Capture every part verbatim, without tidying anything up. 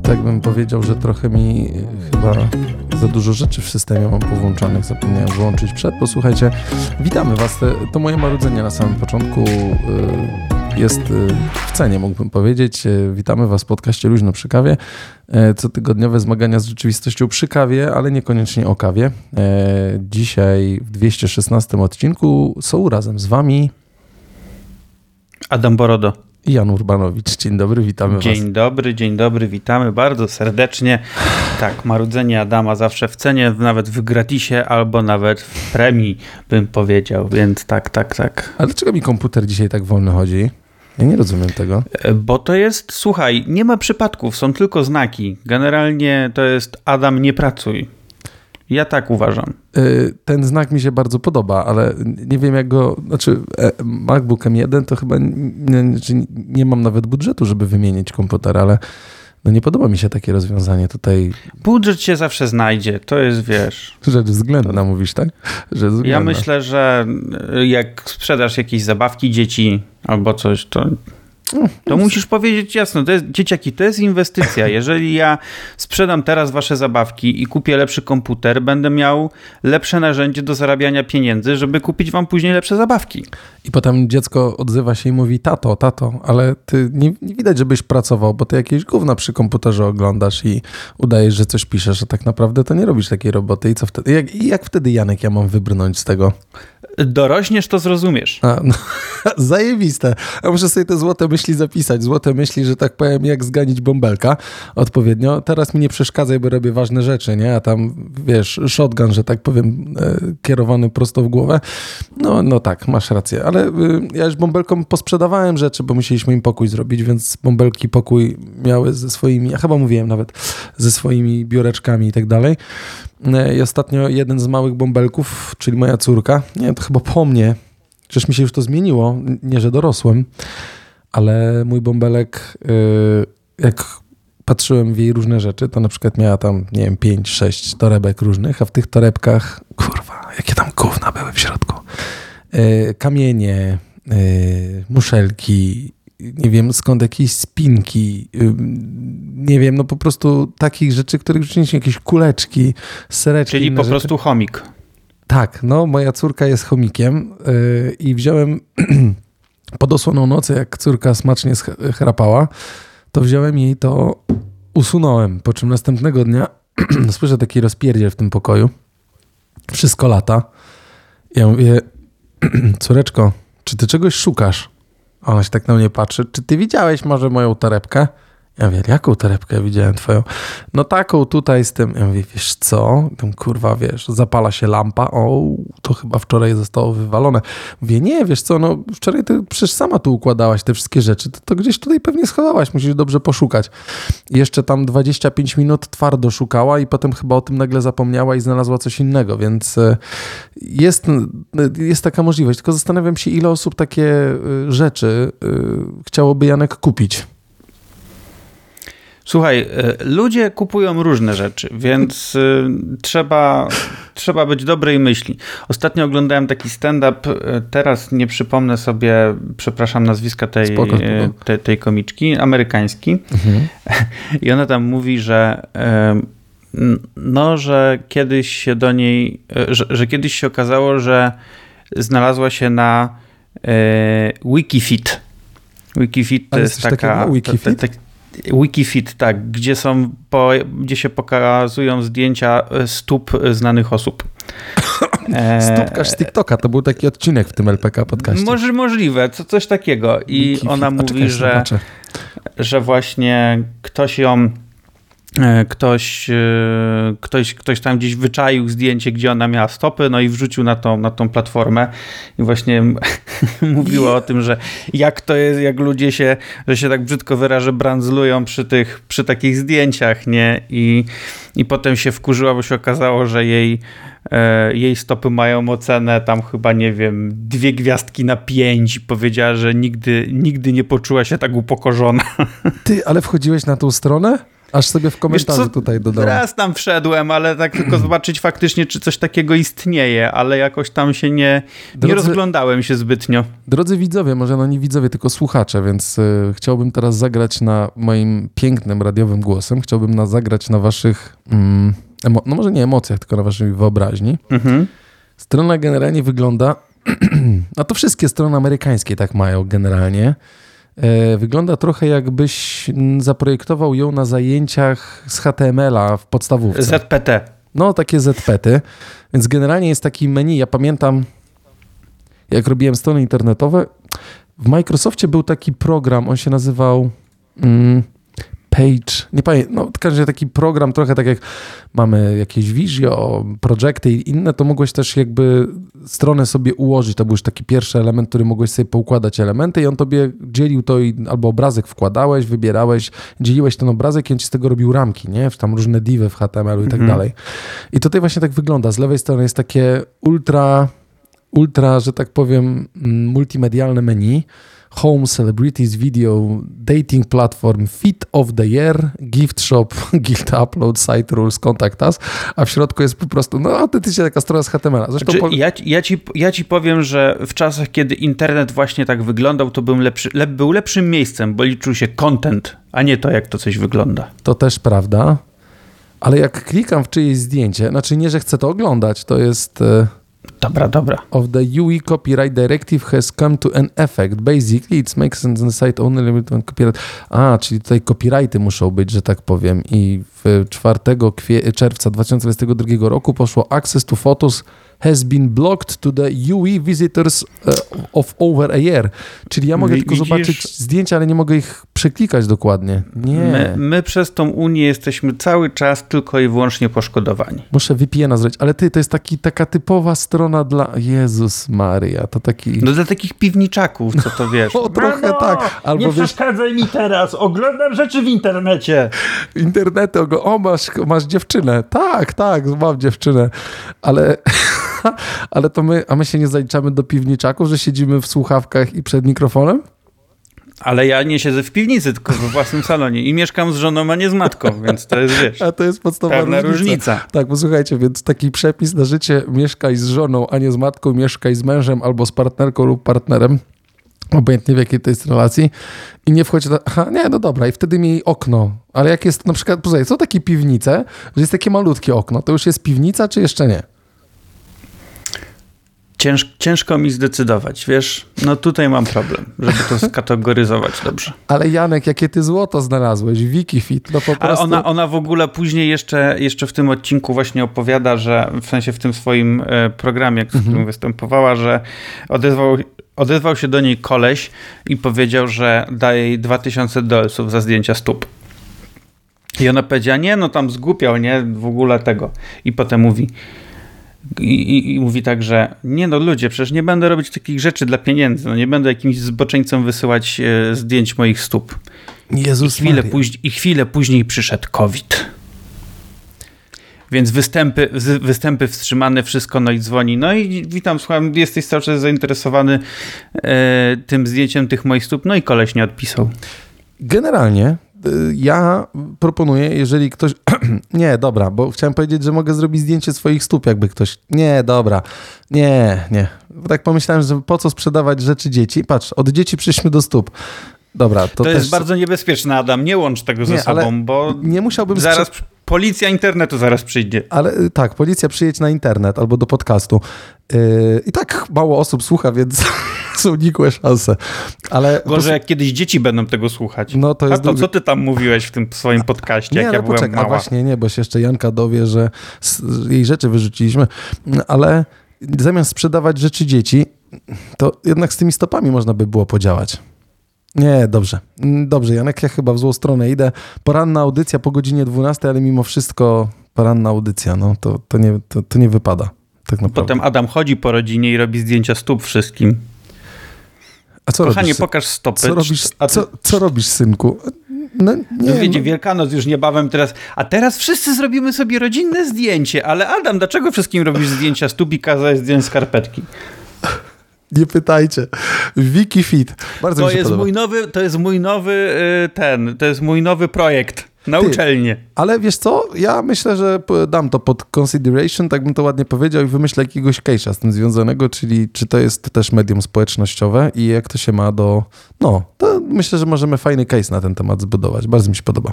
tak bym powiedział, że trochę mi chyba za dużo rzeczy w systemie mam powłączanych. Zapomniałem wyłączyć przed. Posłuchajcie, witamy Was. To moje marudzenie na samym początku jest w cenie, mógłbym powiedzieć. Witamy Was w podcaście Luźno przy kawie. Cotygodniowe zmagania z rzeczywistością przy kawie, ale niekoniecznie o kawie. Dzisiaj w dwieście szesnastym odcinku są razem z Wami Adam Borodo i Jan Urbanowicz. Dzień dobry, witamy dzień Was. Dzień dobry, dzień dobry, witamy bardzo serdecznie. Tak, marudzenie Adama zawsze w cenie, nawet w gratisie albo nawet w premii, bym powiedział, więc tak, tak, tak. Ale dlaczego mi komputer dzisiaj tak wolno chodzi? Ja nie rozumiem tego. Bo to jest, słuchaj, nie ma przypadków, są tylko znaki. Generalnie to jest Adam, nie pracuj. Ja tak uważam. Ten znak mi się bardzo podoba, ale nie wiem jak go, znaczy MacBook M jeden to chyba nie, nie mam nawet budżetu, żeby wymienić komputer, ale no nie podoba mi się takie rozwiązanie tutaj. Budżet się zawsze znajdzie, to jest, wiesz... Rzecz względna, mówisz, tak? Że względna. Ja myślę, że jak sprzedasz jakieś zabawki dzieci albo coś, to... To musisz powiedzieć jasno, to jest, dzieciaki, to jest inwestycja. Jeżeli ja sprzedam teraz wasze zabawki i kupię lepszy komputer, będę miał lepsze narzędzie do zarabiania pieniędzy, żeby kupić wam później lepsze zabawki. I potem dziecko odzywa się i mówi, tato, tato, ale ty nie, nie widać, żebyś pracował, bo ty jakieś gówna przy komputerze oglądasz i udajesz, że coś piszesz, a tak naprawdę to nie robisz takiej roboty. I co wtedy? Jak, jak wtedy, Janek, ja mam wybrnąć z tego? Dorośniesz, to zrozumiesz. A, no, zajebiste. Ja muszę sobie te złote myśli zapisać. Złote myśli, że tak powiem, jak zganić bąbelka odpowiednio. Teraz mi nie przeszkadzaj, bo robię ważne rzeczy, nie? A tam, wiesz, shotgun, że tak powiem, e, kierowany prosto w głowę. No, no tak, masz rację. Ale y, ja już bąbelkom posprzedawałem rzeczy, bo musieliśmy im pokój zrobić, więc bąbelki pokój miały ze swoimi, ja chyba mówiłem nawet, ze swoimi biureczkami i tak dalej. I ostatnio jeden z małych bąbelków, czyli moja córka, nie, to chyba po mnie, przecież mi się już to zmieniło, nie, że dorosłem, ale mój bąbelek, jak patrzyłem w jej różne rzeczy, to na przykład miała tam, nie wiem, pięć, sześć torebek różnych, a w tych torebkach, kurwa, jakie tam gówna były w środku. Kamienie, muszelki, nie wiem skąd jakieś spinki, nie wiem, no po prostu takich rzeczy, których wcześniej jakieś kuleczki, sereczki. Czyli po rzeczy. prostu chomik. Tak, no moja córka jest chomikiem yy, i wziąłem pod osłoną nocy, jak córka smacznie chrapała, to wziąłem jej to, usunąłem, po czym następnego dnia słyszę taki rozpierdziel w tym pokoju, wszystko lata. Ja mówię, córeczko, czy ty czegoś szukasz? Ona się tak na mnie patrzy. Czy ty widziałeś może moją torebkę? Ja mówię, jaką torebkę widziałem twoją? No taką tutaj z tym. Ja mówię, wiesz co? Tam kurwa, wiesz, zapala się lampa. O, to chyba wczoraj zostało wywalone. Mówię, nie, wiesz co, no wczoraj ty przecież sama tu układałaś te wszystkie rzeczy. To, to gdzieś tutaj pewnie schowałaś. Musisz dobrze poszukać. I jeszcze tam dwadzieścia pięć minut twardo szukała i potem chyba o tym nagle zapomniała i znalazła coś innego, więc jest, jest taka możliwość. Tylko zastanawiam się, ile osób takie rzeczy chciałoby, Janek, kupić. Słuchaj, ludzie kupują różne rzeczy, więc y, trzeba, trzeba być dobrej myśli. Ostatnio oglądałem taki stand-up, teraz nie przypomnę sobie, przepraszam, nazwiska tej, Spoko, spoko. tej, tej komiczki, amerykański. Mhm. I ona tam mówi, że y, no, że kiedyś się do niej, że, że kiedyś się okazało, że znalazła się na y, Wikifit. Wikifit to jest taka... Wikifit? Ta, ta, Wikifit, tak, gdzie są, po, gdzie się pokazują zdjęcia stóp znanych osób. Stópkarz z TikToka, to był taki odcinek w tym L P K podcaście. Może, możliwe, co, coś takiego. I Wikifit. Ona mówi, czekaj, że, że właśnie ktoś ją Ktoś, ktoś, ktoś tam gdzieś wyczaił zdjęcie, gdzie ona miała stopy, no i wrzucił na tą, na tą platformę i właśnie mówiła o tym, że jak to jest, jak ludzie się, że się tak brzydko wyrażę, brandzlują przy tych, przy takich zdjęciach, nie? I, i potem się wkurzyła, bo się okazało, że jej, e, jej stopy mają ocenę tam chyba, nie wiem, dwie gwiazdki na pięć i powiedziała, że nigdy, nigdy nie poczuła się tak upokorzona. Ty, ale wchodziłeś na tą stronę? Aż sobie w komentarzu tutaj dodałem. Raz tam wszedłem, ale tak tylko zobaczyć faktycznie, czy coś takiego istnieje, ale jakoś tam się nie, drodzy, nie rozglądałem się zbytnio. Drodzy widzowie, może no nie widzowie, tylko słuchacze, więc y, chciałbym teraz zagrać na moim pięknym radiowym głosem, chciałbym na, zagrać na waszych, mm, emo- no może nie emocjach, tylko na waszej wyobraźni. Mhm. Strona generalnie wygląda, a to wszystkie strony amerykańskie tak mają generalnie. Wygląda trochę jakbyś zaprojektował ją na zajęciach z H T M L-a w podstawówce. Z P T. No, takie Z P T. Więc generalnie jest taki menu. Ja pamiętam, jak robiłem strony internetowe, w Microsoftie był taki program, on się nazywał mm, Page, nie pamiętam, no w każdym razie taki program, trochę tak jak mamy jakieś Visio, projekty i inne, to mogłeś też jakby stronę sobie ułożyć. To był już taki pierwszy element, który mogłeś sobie poukładać elementy i on tobie dzielił to i albo obrazek wkładałeś, wybierałeś, dzieliłeś ten obrazek i on ci z tego robił ramki, nie? Tam różne divy w H T M L u i tak dalej. I tutaj właśnie tak wygląda. Z lewej strony jest takie ultra, ultra, że tak powiem, multimedialne menu. Home, Celebrities, Video, Dating Platform, Fit of the Year, Gift Shop, Gift Upload, Site Rules, Contact Us, a w środku jest po prostu, no autentycznie taka strona z H T M L-a. Zresztą znaczy, po... ja, ja, ci, ja ci powiem, że w czasach, kiedy internet właśnie tak wyglądał, to był, lepszy, lep, był lepszym miejscem, bo liczył się content, a nie to, jak to coś wygląda. To też prawda, ale jak klikam w czyjeś zdjęcie, znaczy nie, że chcę to oglądać, to jest... Dobra, dobra. Of the U I copyright directive has come to an effect. Basically, it makes sense on the site only limit on copyright. A, czyli tutaj copyrighty muszą być, że tak powiem. I w czwartego czerwca dwa tysiące dwudziestego drugiego roku poszło access to photos has been blocked to the U I visitors uh, of over a year. Czyli ja mogę My, tylko widzisz, zobaczyć zdjęcia, ale nie mogę ich przeklikać dokładnie. Nie. My, my przez tą Unię jesteśmy cały czas tylko i wyłącznie poszkodowani. Muszę V P N-a zrobić, ale ty, to jest taki, taka typowa strona dla... Jezus Maria, to taki... No dla takich piwniczaków, co to wiesz. O, trochę no, tak. Albo nie wiesz... przeszkadzaj mi teraz, oglądam rzeczy w internecie. Internety, o, masz, masz dziewczynę. Tak, tak, mam dziewczynę. Ale... Ale to my, a my się nie zaliczamy do piwniczaków, że siedzimy w słuchawkach i przed mikrofonem? Ale ja nie siedzę w piwnicy, tylko we własnym salonie i mieszkam z żoną, a nie z matką, więc to jest, wiesz, a to jest podstawowa pewna różnica. różnica. Tak, bo słuchajcie, więc taki przepis na życie: mieszkaj z żoną, a nie z matką, mieszkaj z mężem albo z partnerką lub partnerem, obojętnie w jakiej to jest relacji, i nie wchodź do... Aha, nie, no dobra, i wtedy miej okno. Ale jak jest na przykład, posłuchaj, są takie piwnice, że jest takie malutkie okno, to już jest piwnica, czy jeszcze nie? Cięż, ciężko mi zdecydować, wiesz, no tutaj mam problem, żeby to skategoryzować dobrze. Ale Janek, jakie ty złoto znalazłeś, Wikifit, no po prostu... Ale ona, ona w ogóle później jeszcze, jeszcze w tym odcinku właśnie opowiada, że w sensie w tym swoim programie, w którym mhm. występowała, że odezwał, odezwał się do niej koleś i powiedział, że daje jej dwa tysiące dolców za zdjęcia stóp. I ona powiedziała, nie, no tam zgłupiał, nie, w ogóle tego. I potem mówi... I, i, I mówi tak, że nie no ludzie, przecież nie będę robić takich rzeczy dla pieniędzy, no nie będę jakimś zboczeńcom wysyłać e, zdjęć moich stóp. Jezus I chwilę, później, I chwilę później przyszedł COVID. Więc występy, występy wstrzymane, wszystko, no i dzwoni. No i witam, słucham, jesteś cały czas zainteresowany e, tym zdjęciem tych moich stóp, no i koleś nie odpisał. Generalnie ja proponuję, jeżeli ktoś... nie, dobra, bo chciałem powiedzieć, że mogę zrobić zdjęcie swoich stóp, jakby ktoś... Nie, dobra, nie, nie. Tak pomyślałem, że po co sprzedawać rzeczy dzieci? Patrz, od dzieci przyszliśmy do stóp. Dobra, to, to też... jest bardzo niebezpieczne, Adam, nie łącz tego ze nie, sobą, bo nie musiałbym zaraz sprze... policja internetu zaraz przyjdzie. Ale tak, policja przyjedź na internet albo do podcastu. Yy, I tak mało osób słucha, więc są nikłe szanse. Ale Gorzej, jak kiedyś dzieci będą tego słuchać. No to jest A to drugi... co ty tam mówiłeś w tym swoim podcaście, nie, jak no ja byłem poczekaj, mała? A właśnie nie, bo się jeszcze Janka dowie, że jej rzeczy wyrzuciliśmy, ale zamiast sprzedawać rzeczy dzieci, to jednak z tymi stopami można by było podziałać. Nie, dobrze. Dobrze, Janek, ja chyba w złą stronę idę. Poranna audycja po godzinie dwunastej, ale mimo wszystko poranna audycja, no to, to, nie, to, to nie wypada. Tak naprawdę. Potem Adam chodzi po rodzinie i robi zdjęcia stóp wszystkim. A co Kochanie, robisz? pokaż stopy. Co robisz, A ty... co, co robisz, synku? No, nie, no wiecie, Wielkanoc już niebawem teraz. A teraz wszyscy zrobimy sobie rodzinne zdjęcie. Ale Adam, dlaczego wszystkim robisz zdjęcia stóp i kazałeś zdjąć skarpetki? Nie pytajcie. Wikifit. Bardzo to mi się jest podoba. mój nowy, to jest mój nowy ten, to jest mój nowy projekt. Na Ty, uczelnię. Ale wiesz co, ja myślę, że dam to pod consideration, tak bym to ładnie powiedział i wymyślę jakiegoś case'a z tym związanego, czyli czy to jest też medium społecznościowe i jak to się ma do... No, to myślę, że możemy fajny case na ten temat zbudować. Bardzo mi się podoba.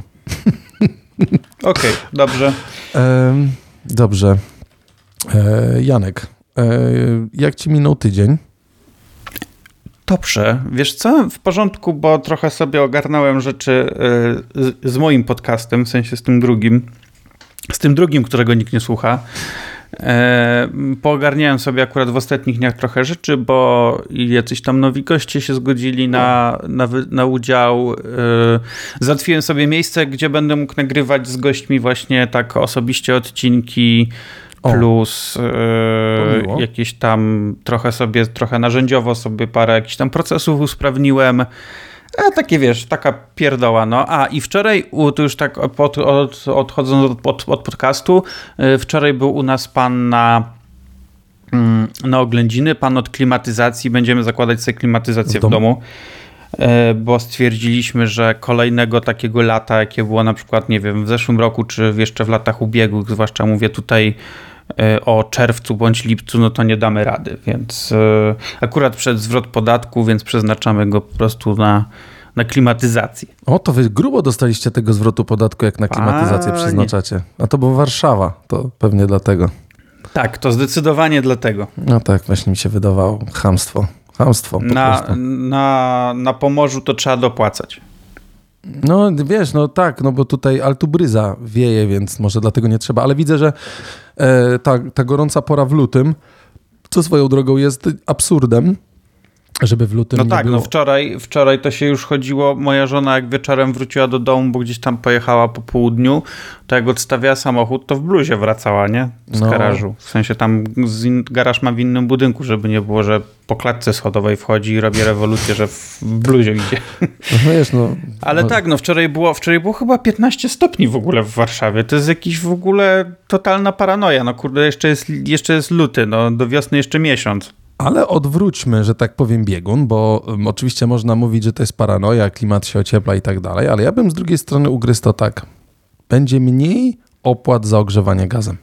Okej, okay, dobrze. E, dobrze. E, Janek, e, jak ci minął tydzień? Dobrze. Wiesz co? W porządku, bo trochę sobie ogarnąłem rzeczy z, z moim podcastem, w sensie z tym drugim, z tym drugim, którego nikt nie słucha. E, poogarniałem sobie akurat w ostatnich dniach trochę rzeczy, bo jacyś tam nowi goście się zgodzili na, na, na udział. E, załatwiłem sobie miejsce, gdzie będę mógł nagrywać z gośćmi właśnie tak osobiście odcinki, plus e, jakieś tam trochę sobie, trochę narzędziowo sobie parę jakichś tam procesów usprawniłem. A takie wiesz, taka pierdoła, no. A i wczoraj, to już tak od, od, odchodząc od, od, od podcastu, wczoraj był u nas pan na, na oględziny, pan od klimatyzacji. Będziemy zakładać sobie klimatyzację w, w domu, bo stwierdziliśmy, że kolejnego takiego lata, jakie było na przykład, nie wiem, w zeszłym roku, czy jeszcze w latach ubiegłych, zwłaszcza mówię tutaj o czerwcu bądź lipcu, no to nie damy rady, więc akurat przed zwrot podatku, więc przeznaczamy go po prostu na, na klimatyzację. O, to wy grubo dostaliście tego zwrotu podatku, jak na klimatyzację Panie. przeznaczacie. A to była Warszawa, to pewnie dlatego. Tak, to zdecydowanie dlatego. No tak, właśnie mi się wydawało. Chamstwo. Chamstwo po na, prostu. Na, na Pomorzu to trzeba dopłacać. No wiesz, no tak, no bo tutaj altubryza wieje, więc może dlatego nie trzeba, ale widzę, że e, ta, ta gorąca pora w lutym, co swoją drogą jest absurdem, żeby w lutym No nie tak, było... no wczoraj, wczoraj to się już chodziło, moja żona jak wieczorem wróciła do domu, bo gdzieś tam pojechała po południu, to jak odstawiała samochód, to w bluzie wracała, nie? Z no. garażu. W sensie tam z in, garaż ma w innym budynku, żeby nie było, że po klatce schodowej wchodzi i robi rewolucję, że w bluzie idzie. No wiesz, no... Ale no. tak, no wczoraj było, wczoraj było chyba piętnaście stopni w ogóle w Warszawie. To jest jakiś w ogóle totalna paranoja. No kurde, jeszcze jest, jeszcze jest luty, no do wiosny jeszcze miesiąc. Ale odwróćmy, że tak powiem, biegun, bo um, oczywiście można mówić, że to jest paranoja, klimat się ociepla i tak dalej, ale ja bym z drugiej strony ugryzł to tak. Będzie mniej opłat za ogrzewanie gazem.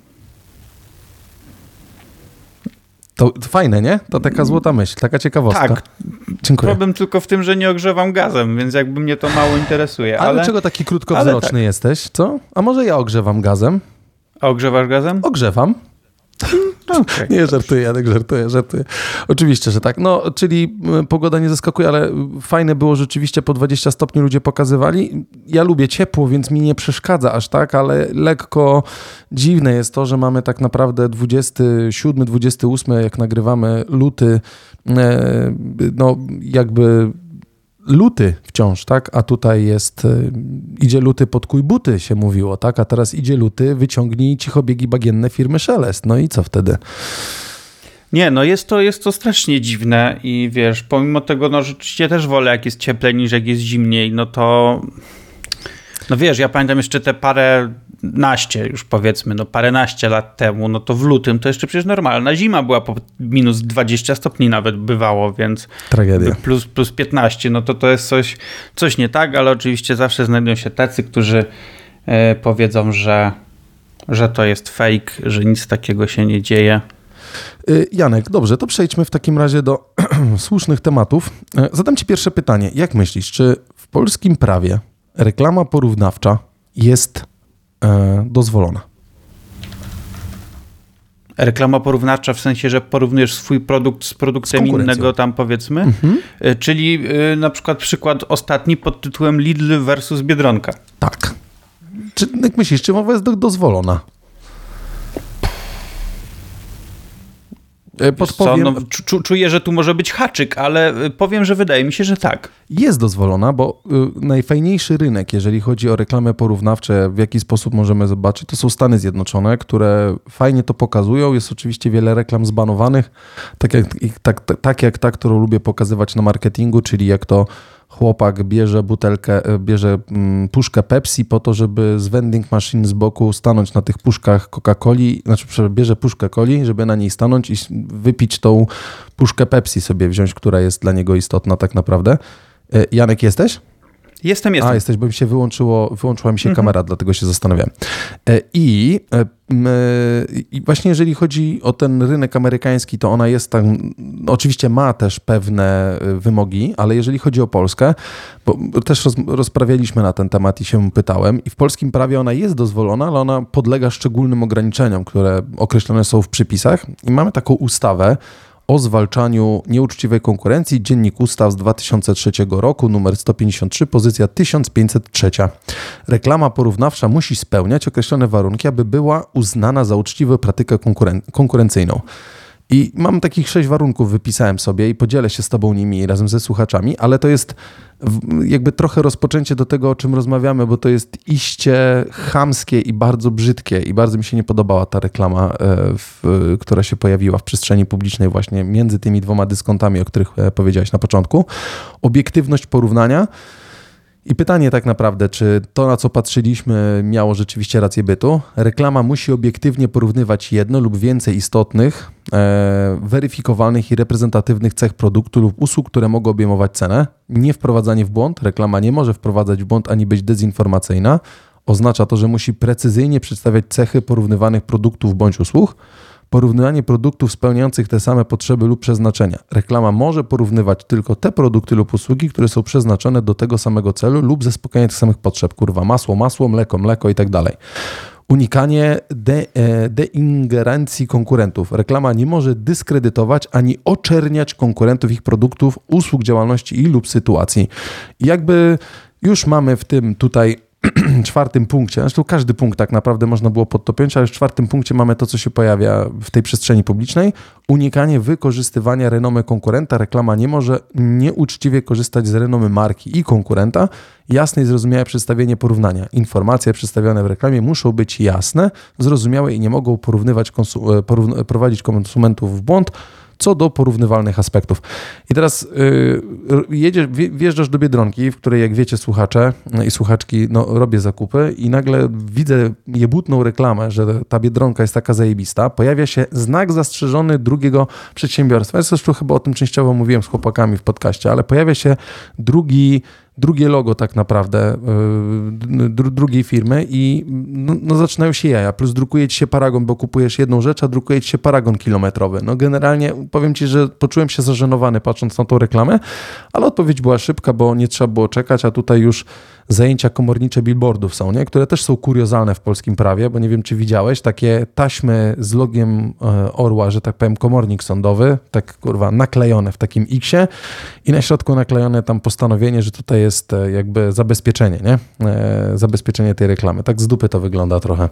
To, to fajne, nie? To taka złota myśl, taka ciekawostka. Tak. Dziękuję. Problem tylko w tym, że nie ogrzewam gazem, więc jakby mnie to mało interesuje. Ale, ale dlaczego taki krótkowzroczny tak. jesteś, co? A może ja ogrzewam gazem? A ogrzewasz gazem? Ogrzewam. Okay, nie, żartuję, Janek, żartuję, żartuję. Oczywiście, że tak. No, czyli pogoda nie zaskakuje, ale fajne było rzeczywiście, po dwadzieścia stopni ludzie pokazywali. Ja lubię ciepło, więc mi nie przeszkadza aż tak, ale lekko dziwne jest to, że mamy tak naprawdę dwudziesty siódmy, dwudziesty ósmy, jak nagrywamy luty, no jakby luty wciąż, tak? A tutaj jest, idzie luty podkuj buty, się mówiło, tak? A teraz idzie luty, wyciągnij cichobiegi bagienne firmy Szelest. No i co wtedy? Nie, no jest to, jest to strasznie dziwne i wiesz, pomimo tego, no rzeczywiście też wolę, jak jest cieplej niż jak jest zimniej, no to no wiesz, ja pamiętam jeszcze te parę naście już powiedzmy, no paręnaście lat temu, no to w lutym to jeszcze przecież normalna zima była, po minus dwadzieścia stopni nawet bywało, więc tragedia. Plus, plus piętnaście, no to to jest coś, coś nie tak, ale oczywiście zawsze znajdą się tacy, którzy e, powiedzą, że, że to jest fake, że nic takiego się nie dzieje. Janek, dobrze, to przejdźmy w takim razie do słusznych tematów. Zadam ci pierwsze pytanie. Jak myślisz, czy w polskim prawie reklama porównawcza jest e, dozwolona? Reklama porównawcza w sensie, że porównujesz swój produkt z produktem z innego tam powiedzmy? Mhm. Czyli y, na przykład przykład ostatni pod tytułem Lidl versus Biedronka. Tak. Czy, jak myślisz, czy mowa jest do, dozwolona? Podpowiem... Co, no, czu, czuję, że tu może być haczyk, ale powiem, że wydaje mi się, że tak. Jest dozwolona, bo y, najfajniejszy rynek, jeżeli chodzi o reklamy porównawcze, w jaki sposób możemy zobaczyć, to są Stany Zjednoczone, które fajnie to pokazują. Jest oczywiście wiele reklam zbanowanych, tak jak, tak, tak jak ta, którą lubię pokazywać na marketingu, czyli jak to chłopak bierze butelkę, bierze mm, puszkę Pepsi po to, żeby z vending machine z boku stanąć na tych puszkach Coca-Coli, znaczy bierze puszkę coli, żeby na niej stanąć i wypić tą puszkę Pepsi sobie wziąć, która jest dla niego istotna tak naprawdę. Janek, jesteś? Jestem, jestem. A, jesteś, bo mi się wyłączyło, wyłączyła mi się mhm. kamera, dlatego się zastanawiałem. I, I właśnie jeżeli chodzi o ten rynek amerykański, to ona jest tam, oczywiście ma też pewne wymogi, ale jeżeli chodzi o Polskę, bo też roz, rozprawialiśmy na ten temat i się pytałem, i w polskim prawie ona jest dozwolona, ale ona podlega szczególnym ograniczeniom, które określone są w przypisach i mamy taką ustawę o zwalczaniu nieuczciwej konkurencji, Dziennik Ustaw z dwa tysiące trzeciego roku, numer sto pięćdziesiąt trzy, pozycja tysiąc pięćset trzy. Reklama porównawcza musi spełniać określone warunki, aby była uznana za uczciwą praktykę konkuren- konkurencyjną. I mam takich sześć warunków, wypisałem sobie i podzielę się z tobą nimi razem ze słuchaczami, ale to jest jakby trochę rozpoczęcie do tego, o czym rozmawiamy, bo to jest iście chamskie i bardzo brzydkie i bardzo mi się nie podobała ta reklama, w, która się pojawiła w przestrzeni publicznej właśnie między tymi dwoma dyskontami, o których powiedziałeś na początku. Obiektywność porównania. I pytanie tak naprawdę, czy to, na co patrzyliśmy, miało rzeczywiście rację bytu? Reklama musi obiektywnie porównywać jedno lub więcej istotnych, e, weryfikowalnych i reprezentatywnych cech produktu lub usług, które mogą obejmować cenę. Nie wprowadzanie w błąd. Reklama nie może wprowadzać w błąd ani być dezinformacyjna. Oznacza to, że musi precyzyjnie przedstawiać cechy porównywanych produktów bądź usług. Porównywanie produktów spełniających te same potrzeby lub przeznaczenia. Reklama może porównywać tylko te produkty lub usługi, które są przeznaczone do tego samego celu lub zaspokajania tych samych potrzeb. Kurwa, masło, masło, mleko, mleko i tak dalej. Unikanie de, deingerencji konkurentów. Reklama nie może dyskredytować ani oczerniać konkurentów, ich produktów, usług, działalności i lub sytuacji. I jakby już mamy w tym tutaj czwartym punkcie, zresztą każdy punkt tak naprawdę można było pod to piąć, ale w czwartym punkcie mamy to, co się pojawia w tej przestrzeni publicznej. Unikanie wykorzystywania renomy konkurenta. Reklama nie może nieuczciwie korzystać z renomy marki i konkurenta. Jasne i zrozumiałe przedstawienie porównania. Informacje przedstawione w reklamie muszą być jasne, zrozumiałe i nie mogą porównywać konsum- porówn- prowadzić konsumentów w błąd co do porównywalnych aspektów. I teraz yy, jedziesz, wjeżdżasz do Biedronki, w której, jak wiecie, słuchacze i słuchaczki, no robię zakupy i nagle widzę jebutną reklamę, że ta Biedronka jest taka zajebista. Pojawia się znak zastrzeżony drugiego przedsiębiorstwa. Ja zresztą chyba o tym częściowo mówiłem z chłopakami w podcaście, ale pojawia się drugi drugie logo tak naprawdę yy, dru, drugiej firmy i no, no zaczynają się jaja, plus drukuje ci się paragon, bo kupujesz jedną rzecz, a drukuje ci się paragon kilometrowy. No generalnie powiem ci, że poczułem się zażenowany patrząc na tą reklamę, ale odpowiedź była szybka, bo nie trzeba było czekać, a tutaj już zajęcia komornicze billboardów są, nie? Które też są kuriozalne w polskim prawie, bo nie wiem, czy widziałeś, takie taśmy z logiem e, orła, że tak powiem, komornik sądowy, tak kurwa naklejone w takim X-ie i na środku naklejone tam postanowienie, że tutaj jest e, jakby zabezpieczenie, nie? E, zabezpieczenie tej reklamy. Tak z dupy to wygląda trochę.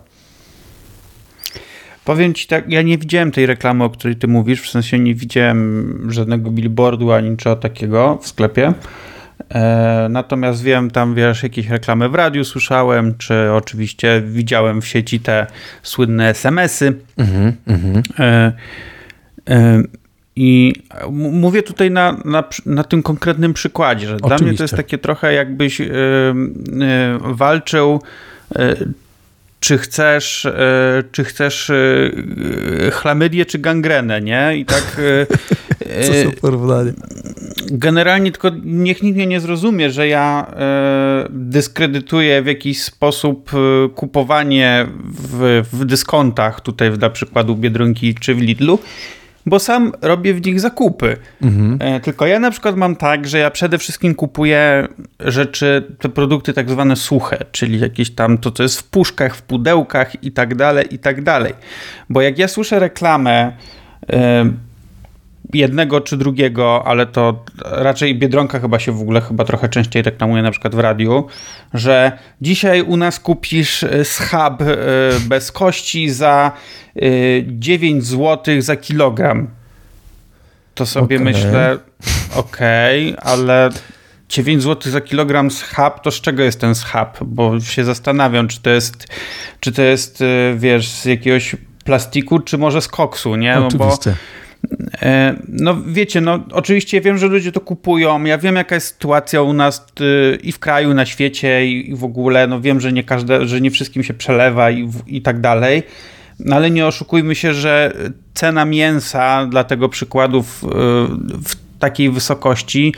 Powiem ci tak, ja nie widziałem tej reklamy, o której ty mówisz, w sensie nie widziałem żadnego billboardu ani niczego takiego w sklepie. E, natomiast wiem, tam wiesz, jakieś reklamy w radiu słyszałem, czy oczywiście widziałem w sieci te słynne es em esy. Mm-hmm, mm-hmm. E, e, I m- mówię tutaj na, na, na tym konkretnym przykładzie, że oczywiście. Dla mnie to jest takie trochę jakbyś e, e, walczył e, czy chcesz, e, czy chcesz e, chlamydię, czy gangrenę, nie? I tak... E, Co za porównanie. Generalnie tylko niech nikt mnie nie zrozumie, że ja e, dyskredytuję w jakiś sposób e, kupowanie w, w dyskontach, tutaj dla przykładu Biedronki czy w Lidlu, bo sam robię w nich zakupy. Mhm. E, tylko ja na przykład mam tak, że ja przede wszystkim kupuję rzeczy, te produkty tak zwane suche, czyli jakieś tam to, co jest w puszkach, w pudełkach i tak dalej, i tak dalej. Bo jak ja słyszę reklamę e, jednego czy drugiego, ale to raczej Biedronka chyba się w ogóle chyba trochę częściej reklamuje na przykład w radiu, że dzisiaj u nas kupisz schab bez kości za dziewięć złotych za kilogram. To sobie okay. myślę, okej, okay, ale dziewięć złotych za kilogram schab, to z czego jest ten schab? Bo się zastanawiam, czy to jest, czy to jest wiesz, z jakiegoś plastiku, czy może z koksu, nie? No oczywiście. Bo no wiecie, no oczywiście wiem, że ludzie to kupują, ja wiem jaka jest sytuacja u nas i w kraju, na świecie i w ogóle, no wiem, że nie każde, że nie wszystkim się przelewa i, i tak dalej, no ale nie oszukujmy się, że cena mięsa dla tego przykładu w, w takiej wysokości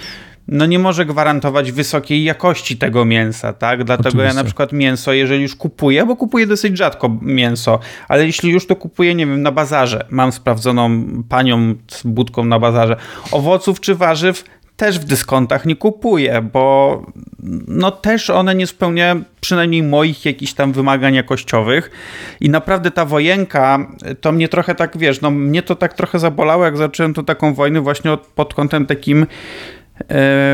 no nie może gwarantować wysokiej jakości tego mięsa, tak? Dlatego Oczywiście. ja na przykład mięso, jeżeli już kupuję, bo kupuję dosyć rzadko mięso, ale jeśli już to kupuję, nie wiem, na bazarze, mam sprawdzoną panią z budką na bazarze, owoców czy warzyw też w dyskontach nie kupuję, bo no też one nie spełniają przynajmniej moich jakichś tam wymagań jakościowych i naprawdę ta wojenka, to mnie trochę tak, wiesz, no mnie to tak trochę zabolało, jak zacząłem to taką wojnę właśnie od, pod kątem takim e,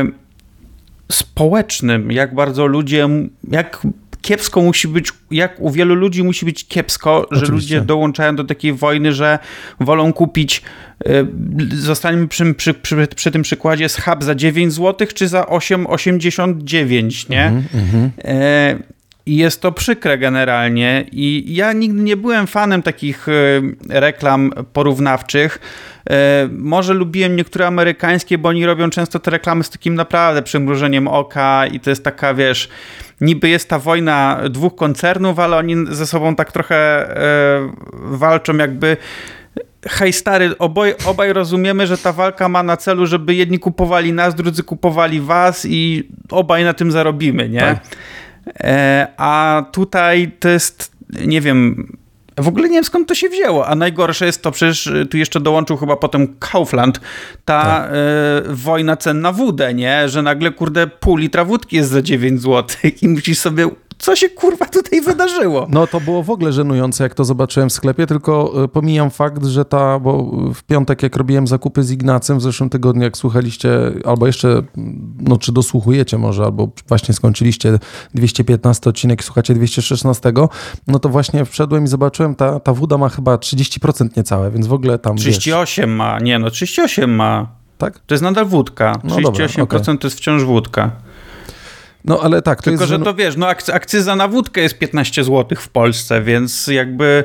społecznym, jak bardzo ludzie, jak kiepsko musi być, jak u wielu ludzi musi być kiepsko, Oczywiście. że ludzie dołączają do takiej wojny, że wolą kupić, zostańmy przy, przy, przy, przy tym przykładzie, schab za dziewięć złotych czy za osiem osiemdziesiąt dziewięć, nie? Mm-hmm. E, I jest to przykre generalnie i ja nigdy nie byłem fanem takich reklam porównawczych. Może lubiłem niektóre amerykańskie, bo oni robią często te reklamy z takim naprawdę przymrużeniem oka i to jest taka, wiesz, niby jest ta wojna dwóch koncernów, ale oni ze sobą tak trochę e, walczą jakby hej stary, oboj, obaj rozumiemy, że ta walka ma na celu, żeby jedni kupowali nas, drudzy kupowali was i obaj na tym zarobimy, nie? Tak. E, a tutaj to jest, nie wiem, w ogóle nie wiem skąd to się wzięło, a najgorsze jest to, przecież tu jeszcze dołączył chyba potem Kaufland, ta tak. e, wojna cen na wódę, nie? Że nagle, kurde, pół litra wódki jest za dziewięć złotych i musisz sobie... Co się kurwa tutaj wydarzyło? No to było w ogóle żenujące, jak to zobaczyłem w sklepie, tylko pomijam fakt, że ta, bo w piątek jak robiłem zakupy z Ignacym w zeszłym tygodniu, jak słuchaliście, albo jeszcze, no czy dosłuchujecie może, albo właśnie skończyliście dwieście piętnasty odcinek i słuchacie dwieście szesnastego, no to właśnie wszedłem i zobaczyłem, ta, ta woda ma chyba trzydzieści procent niecałe, więc w ogóle tam, trzydzieści osiem wiesz, ma, nie no, trzydzieści osiem ma. Tak? To jest nadal wódka. trzydzieści osiem procent no dobra, okay. To jest wciąż wódka. No ale tak. To Tylko, jest, że to wiesz, no akcyza na wódkę jest piętnaście złotych w Polsce, więc jakby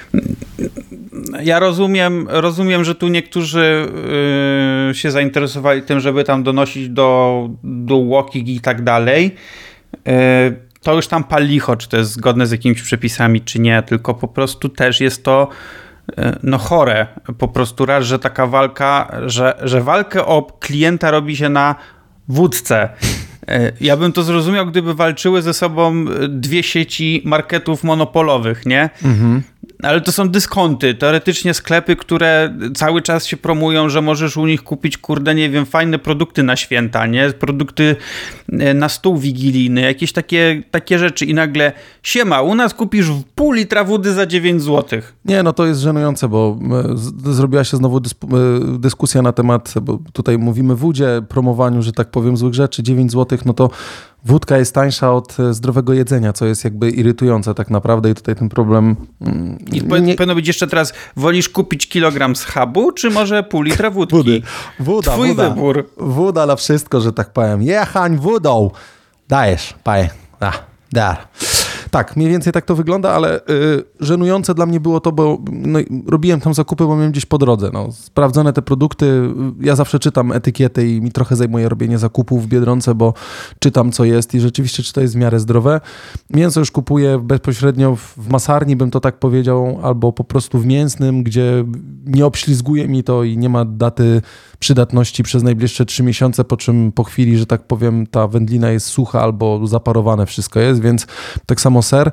ja rozumiem, rozumiem, że tu niektórzy yy, się zainteresowali tym, żeby tam donosić do, do walking i tak dalej. Yy, to już tam pal licho, czy to jest zgodne z jakimiś przepisami, czy nie, tylko po prostu też jest to yy, no chore. Po prostu raz, że taka walka, że, że walkę o klienta robi się na wódce. Ja bym to zrozumiał, gdyby walczyły ze sobą dwie sieci marketów monopolowych, nie? Mhm. Ale to są dyskonty, teoretycznie sklepy, które cały czas się promują, że możesz u nich kupić, kurde, nie wiem, fajne produkty na święta, nie? Produkty na stół wigilijny, jakieś takie, takie rzeczy i nagle siema, u nas kupisz pół litra wody za dziewięć złotych. Nie, no to jest żenujące, bo z- zrobiła się znowu dysp- dyskusja na temat, bo tutaj mówimy w wódzie, promowaniu, że tak powiem, złych rzeczy, dziewięć złotych, no to wódka jest tańsza od zdrowego jedzenia, co jest jakby irytujące tak naprawdę i tutaj ten problem... I nie... powinno być jeszcze teraz, wolisz kupić kilogram schabu, czy może pół litra wódki? Wody. Woda, Twój woda. wybór. Woda na wszystko, że tak powiem. Jechań wodą. Dajesz, paj. Da, dar. Tak, mniej więcej tak to wygląda, ale y, żenujące dla mnie było to, bo no, robiłem tam zakupy, bo miałem gdzieś po drodze. No, sprawdzone te produkty, ja zawsze czytam etykiety i mi trochę zajmuje robienie zakupów w Biedronce, bo czytam co jest i rzeczywiście czy to jest w miarę zdrowe. Mięso już kupuję bezpośrednio w masarni, bym to tak powiedział, albo po prostu w mięsnym, gdzie nie obślizguje mi to i nie ma daty przydatności przez najbliższe trzy miesiące, po czym po chwili, że tak powiem, ta wędlina jest sucha albo zaparowane wszystko jest, więc tak samo ser,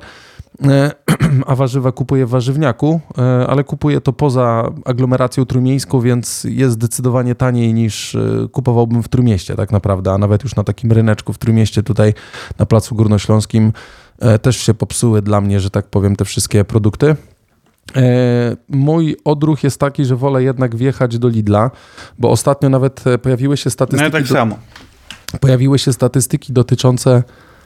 a warzywa kupuję w warzywniaku, ale kupuję to poza aglomeracją trójmiejską, więc jest zdecydowanie taniej niż kupowałbym w Trójmieście tak naprawdę, a nawet już na takim ryneczku w Trójmieście tutaj na Placu Górnośląskim też się popsuły dla mnie, że tak powiem, te wszystkie produkty. Mój odruch jest taki, że wolę jednak wjechać do Lidla, bo ostatnio nawet pojawiły się statystyki... No ja tak do... samo. Pojawiły się statystyki dotyczące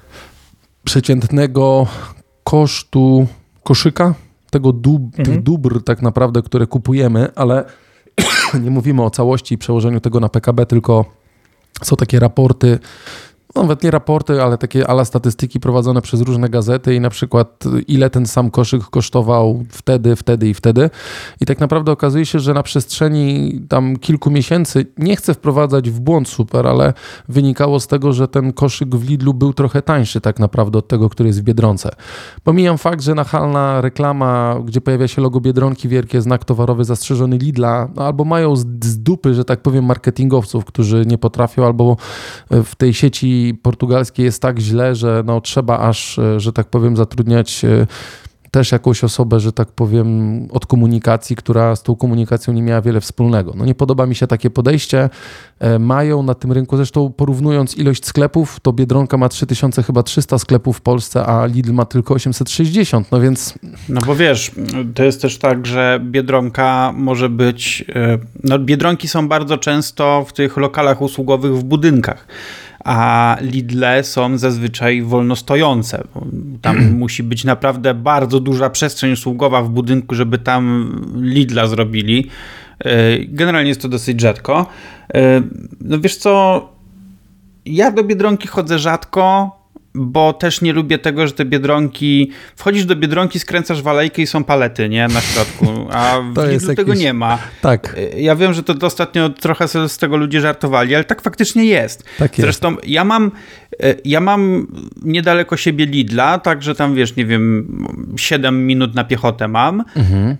przeciętnego kosztu koszyka, tego dób, mhm. tych dóbr tak naprawdę, które kupujemy, ale nie mówimy o całości i przełożeniu tego na P K B, tylko są takie raporty nawet nie raporty, ale takie ala statystyki prowadzone przez różne gazety i na przykład ile ten sam koszyk kosztował wtedy, wtedy i wtedy. I tak naprawdę okazuje się, że na przestrzeni tam kilku miesięcy, nie chcę wprowadzać w błąd super, ale wynikało z tego, że ten koszyk w Lidlu był trochę tańszy tak naprawdę od tego, który jest w Biedronce. Pomijam fakt, że nachalna reklama, gdzie pojawia się logo Biedronki wielkie, znak towarowy zastrzeżony Lidla, no albo mają z, z dupy, że tak powiem, marketingowców, którzy nie potrafią, albo w tej sieci portugalskiej jest tak źle, że no trzeba aż, że tak powiem, zatrudniać też jakąś osobę, że tak powiem, od komunikacji, która z tą komunikacją nie miała wiele wspólnego. No nie podoba mi się takie podejście. Mają na tym rynku, zresztą porównując ilość sklepów, to Biedronka ma trzy tysiące chyba trzysta sklepów w Polsce, a Lidl ma tylko osiemset sześćdziesiąt, no więc... No bo wiesz, to jest też tak, że Biedronka może być... No Biedronki są bardzo często w tych lokalach usługowych w budynkach, a Lidle są zazwyczaj wolnostojące. Tam musi być naprawdę bardzo duża przestrzeń usługowa w budynku, żeby tam Lidla zrobili. Generalnie jest to dosyć rzadko. No wiesz co, ja do Biedronki chodzę rzadko, bo też nie lubię tego, że te Biedronki... Wchodzisz do Biedronki, skręcasz w alejkę i są palety, nie? Na środku, a w Lidlu jakiś... tego nie ma. Tak. Ja wiem, że to ostatnio trochę z tego ludzie żartowali, ale tak faktycznie jest. Tak jest. Zresztą ja mam, ja mam niedaleko siebie Lidla, także tam wiesz, nie wiem, siedem minut na piechotę mam. Mhm.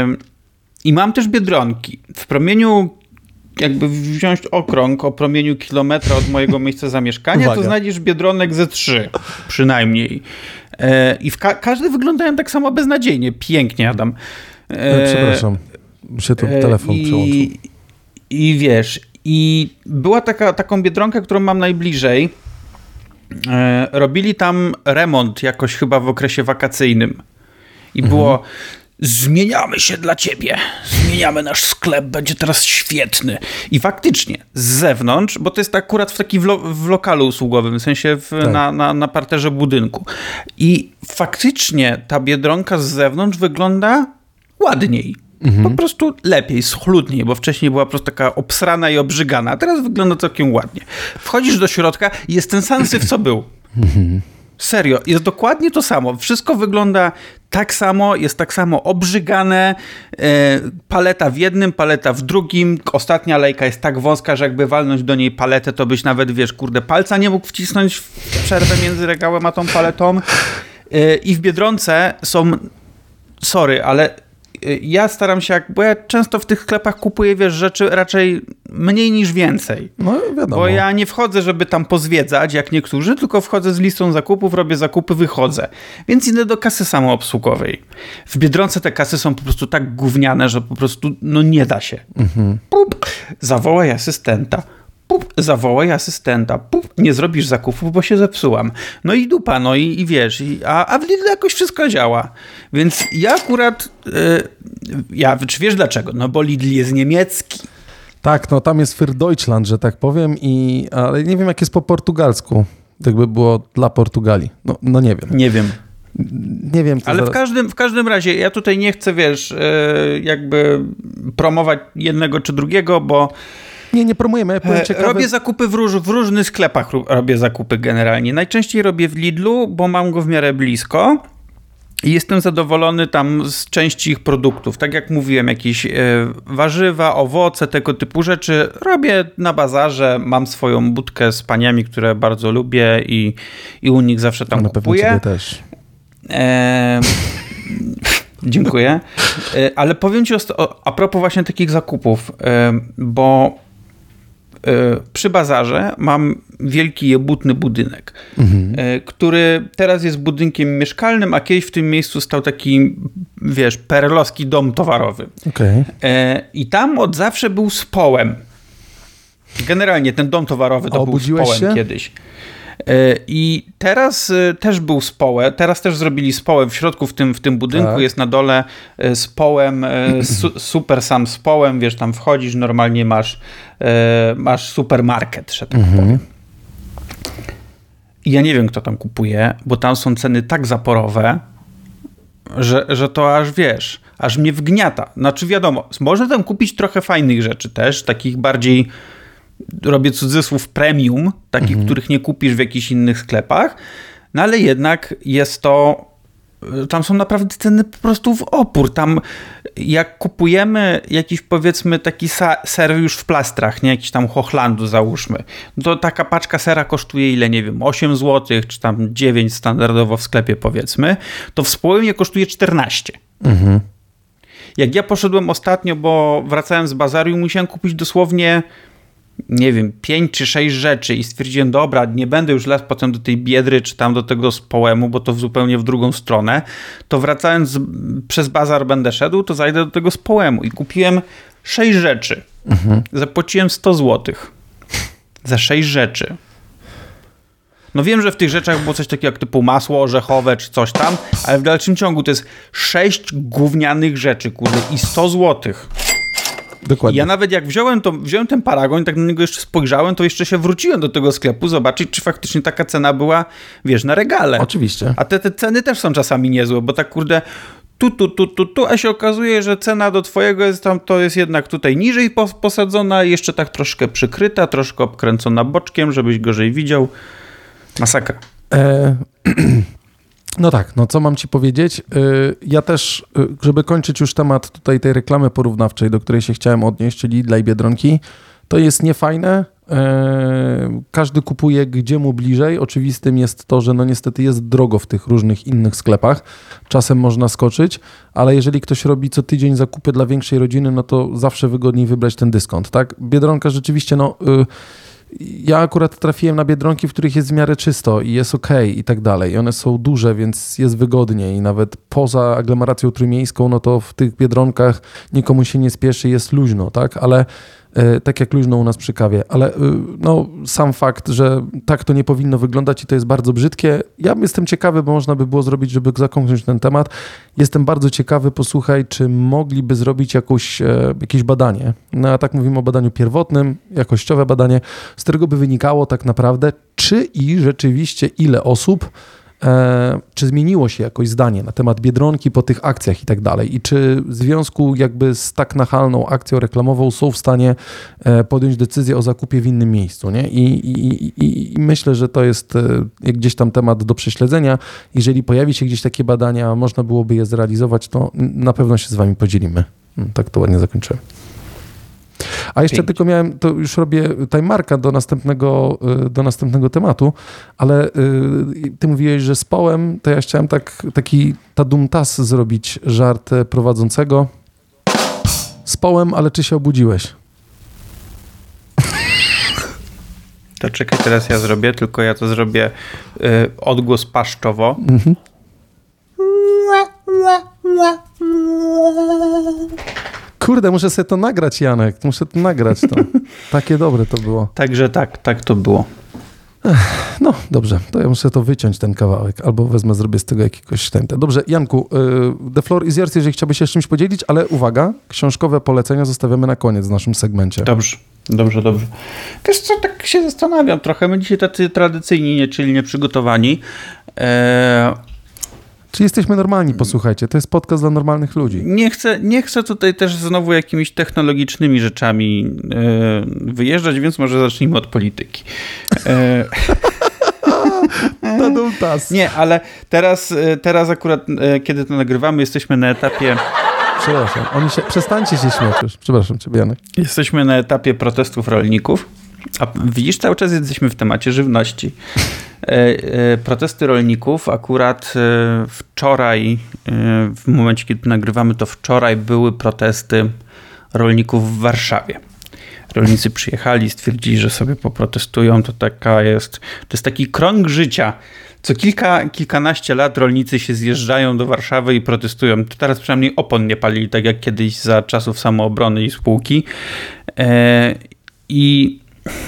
I mam też Biedronki. W promieniu, jakby wziąć okrąg o promieniu kilometra od mojego miejsca zamieszkania, Uwaga. to znajdziesz Biedronek ze trzy przynajmniej. E, I w ka- każdy wyglądają tak samo beznadziejnie. Pięknie, Adam. E, Przepraszam, się tu telefon i, przełączył. I wiesz, i była taka, taką Biedronkę, którą mam najbliżej. E, robili tam remont jakoś chyba w okresie wakacyjnym. I mhm. było... Zmieniamy się dla ciebie. Zmieniamy nasz sklep, będzie teraz świetny. I faktycznie z zewnątrz, bo to jest akurat w taki w, lo, w lokalu usługowym, w sensie w, tak. na, na, na parterze budynku. I faktycznie ta Biedronka z zewnątrz wygląda ładniej. Mhm. Po prostu lepiej, schludniej, bo wcześniej była po prostu taka obsrana i obrzygana, a teraz wygląda całkiem ładnie. Wchodzisz do środka i jest ten sam syf, co był. Mhm. Serio, jest dokładnie to samo. Wszystko wygląda tak samo, jest tak samo obrzygane. E, paleta w jednym, paleta w drugim. Ostatnia lejka jest tak wąska, że jakby walnąć do niej paletę, to byś nawet, wiesz, kurde, palca nie mógł wcisnąć w przerwę między regałem a tą paletą. E, I w Biedronce są... Sorry, ale ja staram się, jak, bo ja często w tych sklepach kupuję, wiesz, rzeczy raczej mniej niż więcej. No wiadomo. Bo ja nie wchodzę, żeby tam pozwiedzać, jak niektórzy, tylko wchodzę z listą zakupów, robię zakupy, wychodzę. Więc idę do kasy samoobsługowej. W Biedronce te kasy są po prostu tak gówniane, że po prostu no nie da się. Mhm. Pup, zawołaj asystenta. Pup, zawołaj asystenta. Pup, nie zrobisz zakupów, bo się zepsułam. No i dupa, no i, i wiesz, i, a, a w Lidlu jakoś wszystko działa. Więc ja akurat, yy, ja, czy wiesz dlaczego? No bo Lidl jest niemiecki. Tak, no tam jest für Deutschland, że tak powiem, i, ale nie wiem jak jest po portugalsku. Jakby było dla Portugalii. No, no nie wiem. Nie wiem. Nie wiem. Ale zaraz... w, każdym, w każdym razie ja tutaj nie chcę, wiesz, yy, jakby promować jednego czy drugiego, bo Nie, nie promujemy. Ja powiem ciekawe... Robię zakupy w, róż, w różnych sklepach, robię zakupy generalnie. Najczęściej robię w Lidlu, bo mam go w miarę blisko i jestem zadowolony tam z części ich produktów. Tak jak mówiłem, jakieś e, warzywa, owoce, tego typu rzeczy robię na bazarze. Mam swoją budkę z paniami, które bardzo lubię i, i u nich zawsze tam no, kupuję. Na pewno ciebie też. E, dziękuję. E, ale powiem ci o, o, a propos właśnie takich zakupów, e, bo przy bazarze mam wielki jebutny budynek, mhm. który teraz jest budynkiem mieszkalnym, a kiedyś w tym miejscu stał taki, wiesz, perelowski dom towarowy. Okay. I tam od zawsze był społem. Generalnie ten dom towarowy to był społem się? kiedyś. I teraz też był społę, teraz też zrobili społę w środku w tym, w tym budynku, tak. Jest na dole społem, su, super sam społem, wiesz, tam wchodzisz, normalnie masz, masz supermarket, że tak mhm. powiem. I ja nie wiem, kto tam kupuje, bo tam są ceny tak zaporowe, że, że to aż, wiesz, aż mnie wgniata. Znaczy wiadomo, można tam kupić trochę fajnych rzeczy też, takich bardziej robię cudzysłów premium, takich, mhm. których nie kupisz w jakichś innych sklepach, no ale jednak jest to, tam są naprawdę ceny po prostu w opór. Tam jak kupujemy jakiś powiedzmy taki ser już w plastrach, nie jakiś tam Hochlandu załóżmy, no to taka paczka sera kosztuje ile, nie wiem, osiem złotych, czy tam dziewięć standardowo w sklepie powiedzmy, to w Społemie kosztuje czternaście. Mhm. Jak ja poszedłem ostatnio, bo wracałem z bazaru i musiałem kupić dosłownie, nie wiem, pięć czy sześć rzeczy i stwierdziłem, dobra, nie będę już lazł potem do tej Biedry czy tam do tego Społemu, bo to zupełnie w drugą stronę, to wracając przez bazar będę szedł, to zajdę do tego Społemu i kupiłem sześć rzeczy. Mhm. Zapłaciłem sto złotych za sześć rzeczy. No wiem, że w tych rzeczach było coś takiego jak typu masło orzechowe czy coś tam, ale w dalszym ciągu to jest sześć gównianych rzeczy, kurde, i sto złotych. Dokładnie. Ja nawet jak wziąłem, to, wziąłem ten paragon i tak na niego jeszcze spojrzałem, to jeszcze się wróciłem do tego sklepu zobaczyć, czy faktycznie taka cena była, wiesz, na regale. Oczywiście. A te, te ceny też są czasami niezłe, bo tak kurde tu, tu, tu, tu, tu, a się okazuje, że cena do twojego jest tam, to jest jednak tutaj niżej posadzona, jeszcze tak troszkę przykryta, troszkę obkręcona boczkiem, żebyś gorzej widział. Masakra. E, no tak, no co mam ci powiedzieć? Ja też, żeby kończyć już temat tutaj tej reklamy porównawczej, do której się chciałem odnieść, czyli dla Biedronki, to jest niefajne. Każdy kupuje gdzie mu bliżej. Oczywistym jest to, że no niestety jest drogo w tych różnych innych sklepach. Czasem można skoczyć, ale jeżeli ktoś robi co tydzień zakupy dla większej rodziny, no to zawsze wygodniej wybrać ten dyskont, tak? Biedronka rzeczywiście, no... Ja akurat trafiłem na Biedronki, w których jest w miarę czysto i jest okej, okay, i tak dalej. I one są duże, więc jest wygodniej. I nawet poza aglomeracją trójmiejską, no to w tych Biedronkach nikomu się nie spieszy, jest luźno, tak? Ale e, tak jak luźno u nas przy kawie. Ale e, no, sam fakt, że tak to nie powinno wyglądać i to jest bardzo brzydkie. Ja jestem ciekawy, bo można by było zrobić, żeby zakończyć ten temat. Jestem bardzo ciekawy, posłuchaj, czy mogliby zrobić jakąś, e, jakieś badanie. No a tak mówimy o badaniu pierwotnym, jakościowe badanie, z którego by wynikało tak naprawdę, czy i rzeczywiście ile osób, e, czy zmieniło się jakoś zdanie na temat Biedronki po tych akcjach i tak dalej. I czy w związku jakby z tak nachalną akcją reklamową są w stanie e, podjąć decyzję o zakupie w innym miejscu, nie? I, i, i, i myślę, że to jest e, gdzieś tam temat do prześledzenia. Jeżeli pojawi się gdzieś takie badania, można byłoby je zrealizować, to na pewno się z wami podzielimy. Tak to ładnie zakończyłem. A jeszcze Pięć. tylko miałem, to już robię timemarka do następnego, do następnego tematu, ale ty mówiłeś, że z Połem, to ja chciałem tak, taki tadum-tas zrobić żart prowadzącego. Z Połem, ale czy się obudziłeś? To czekaj, teraz ja zrobię, tylko ja to zrobię y, odgłos paszczowo. Mhm. Kurde, muszę sobie to nagrać, Janek. Muszę to nagrać. To. Takie dobre to było. Także tak, tak to było. No, dobrze. To ja muszę to wyciąć, ten kawałek. Albo wezmę, zrobię z tego jakiegoś tętę. Dobrze, Janku, the floor is yours, jeżeli chciałbyś się z czymś podzielić, ale uwaga, książkowe polecenia zostawiamy na koniec w naszym segmencie. Dobrze, dobrze, dobrze. Wiesz co, tak się zastanawiam trochę. My dzisiaj tacy tradycyjni, nie, czyli nieprzygotowani. Eee... Czy jesteśmy normalni? Posłuchajcie, to jest podcast dla normalnych ludzi. Nie chcę, nie chcę tutaj też znowu jakimiś technologicznymi rzeczami yy, wyjeżdżać, więc może zacznijmy od polityki. Tadum-tas. Nie, ale teraz, teraz akurat, kiedy to nagrywamy, jesteśmy na etapie... Przepraszam, oni się, przestańcie się śmiać już. Przepraszam ciebie, Janek. Jesteśmy na etapie protestów rolników. A widzisz, cały czas jesteśmy w temacie żywności. Protesty rolników akurat wczoraj, w momencie kiedy nagrywamy to wczoraj, były protesty rolników w Warszawie. Rolnicy przyjechali, stwierdzili, że sobie poprotestują. To taka jest, to jest taki krąg życia. Co kilka, kilkanaście lat rolnicy się zjeżdżają do Warszawy i protestują. Teraz przynajmniej opon nie palili, tak jak kiedyś za czasów Samoobrony i spółki. I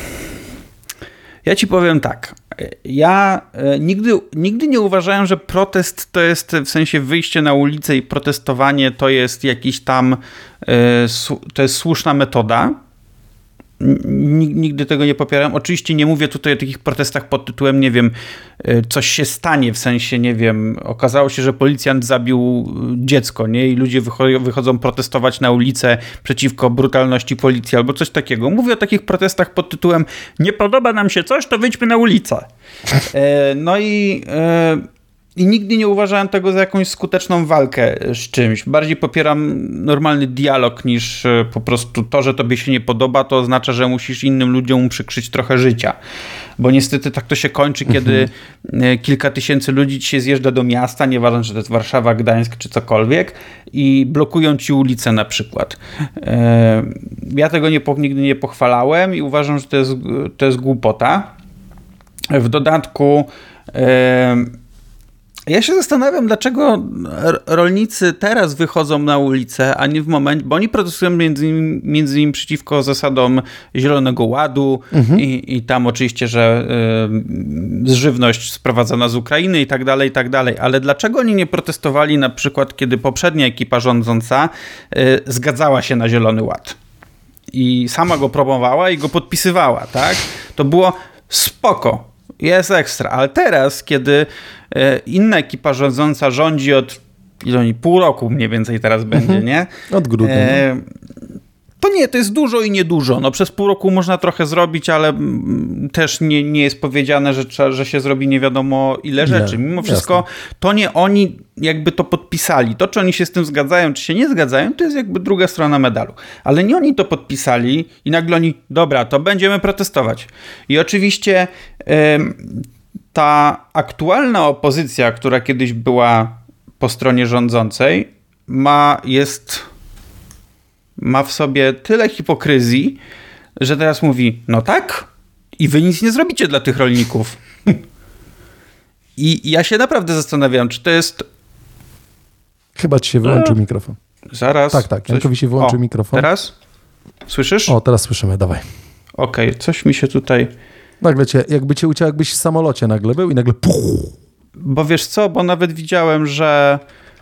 ja ci powiem tak. Ja nigdy, nigdy nie uważałem, że protest to jest w sensie wyjście na ulicę i protestowanie to jest jakiś tam, to jest słuszna metoda. nigdy tego nie popieram. Oczywiście nie mówię tutaj o takich protestach pod tytułem, nie wiem, coś się stanie, w sensie, nie wiem, okazało się, że policjant zabił dziecko, nie? I ludzie wycho- wychodzą protestować na ulicę przeciwko brutalności policji albo coś takiego. Mówię o takich protestach pod tytułem, nie podoba nam się coś, to wyjdźmy na ulicę. E, no i... E, I nigdy nie uważałem tego za jakąś skuteczną walkę z czymś. Bardziej popieram normalny dialog niż po prostu to, że tobie się nie podoba, to oznacza, że musisz innym ludziom przykrzyć trochę życia. Bo niestety tak to się kończy, kiedy mhm. kilka tysięcy ludzi ci się zjeżdża do miasta, nieważne, czy to jest Warszawa, Gdańsk, czy cokolwiek, i blokują ci ulicę na przykład. Ja tego nie, nigdy nie pochwalałem i uważam, że to jest, to jest głupota. W dodatku ja się zastanawiam, dlaczego rolnicy teraz wychodzą na ulicę, a nie w momencie, bo oni protestują między innymi, między innymi przeciwko zasadom Zielonego Ładu mhm. i, i tam oczywiście, że y, żywność sprowadzana z Ukrainy i tak dalej, i tak dalej. Ale dlaczego oni nie protestowali na przykład, kiedy poprzednia ekipa rządząca y, zgadzała się na Zielony Ład i sama go promowała i go podpisywała, tak? To było spoko. Jest ekstra, ale teraz, kiedy inna ekipa rządząca rządzi od ile oni, pół roku mniej więcej teraz będzie, mhm. nie? Od grudnia. E, to nie, to jest dużo i niedużo. No, przez pół roku można trochę zrobić, ale też nie, nie jest powiedziane, że, że się zrobi nie wiadomo ile rzeczy. Nie, Mimo wszystko jasne. To nie oni jakby to podpisali. To, czy oni się z tym zgadzają, czy się nie zgadzają, to jest jakby druga strona medalu. Ale nie oni to podpisali i nagle oni, dobra, to będziemy protestować. I oczywiście ym, ta aktualna opozycja, która kiedyś była po stronie rządzącej, ma, jest, ma w sobie tyle hipokryzji, że teraz mówi, no tak, i wy nic nie zrobicie dla tych rolników. I ja się naprawdę zastanawiam, czy to jest... Chyba ci się wyłączył no. mikrofon. Zaraz. Tak, tak, Jankowi się wyłączył o, mikrofon. Teraz? Słyszysz? O, teraz słyszymy, dawaj. Okej, okay, coś mi się tutaj... Nagle cię, jakby cię uciął, jakbyś w samolocie nagle był i nagle puch. Bo wiesz co, bo nawet widziałem, że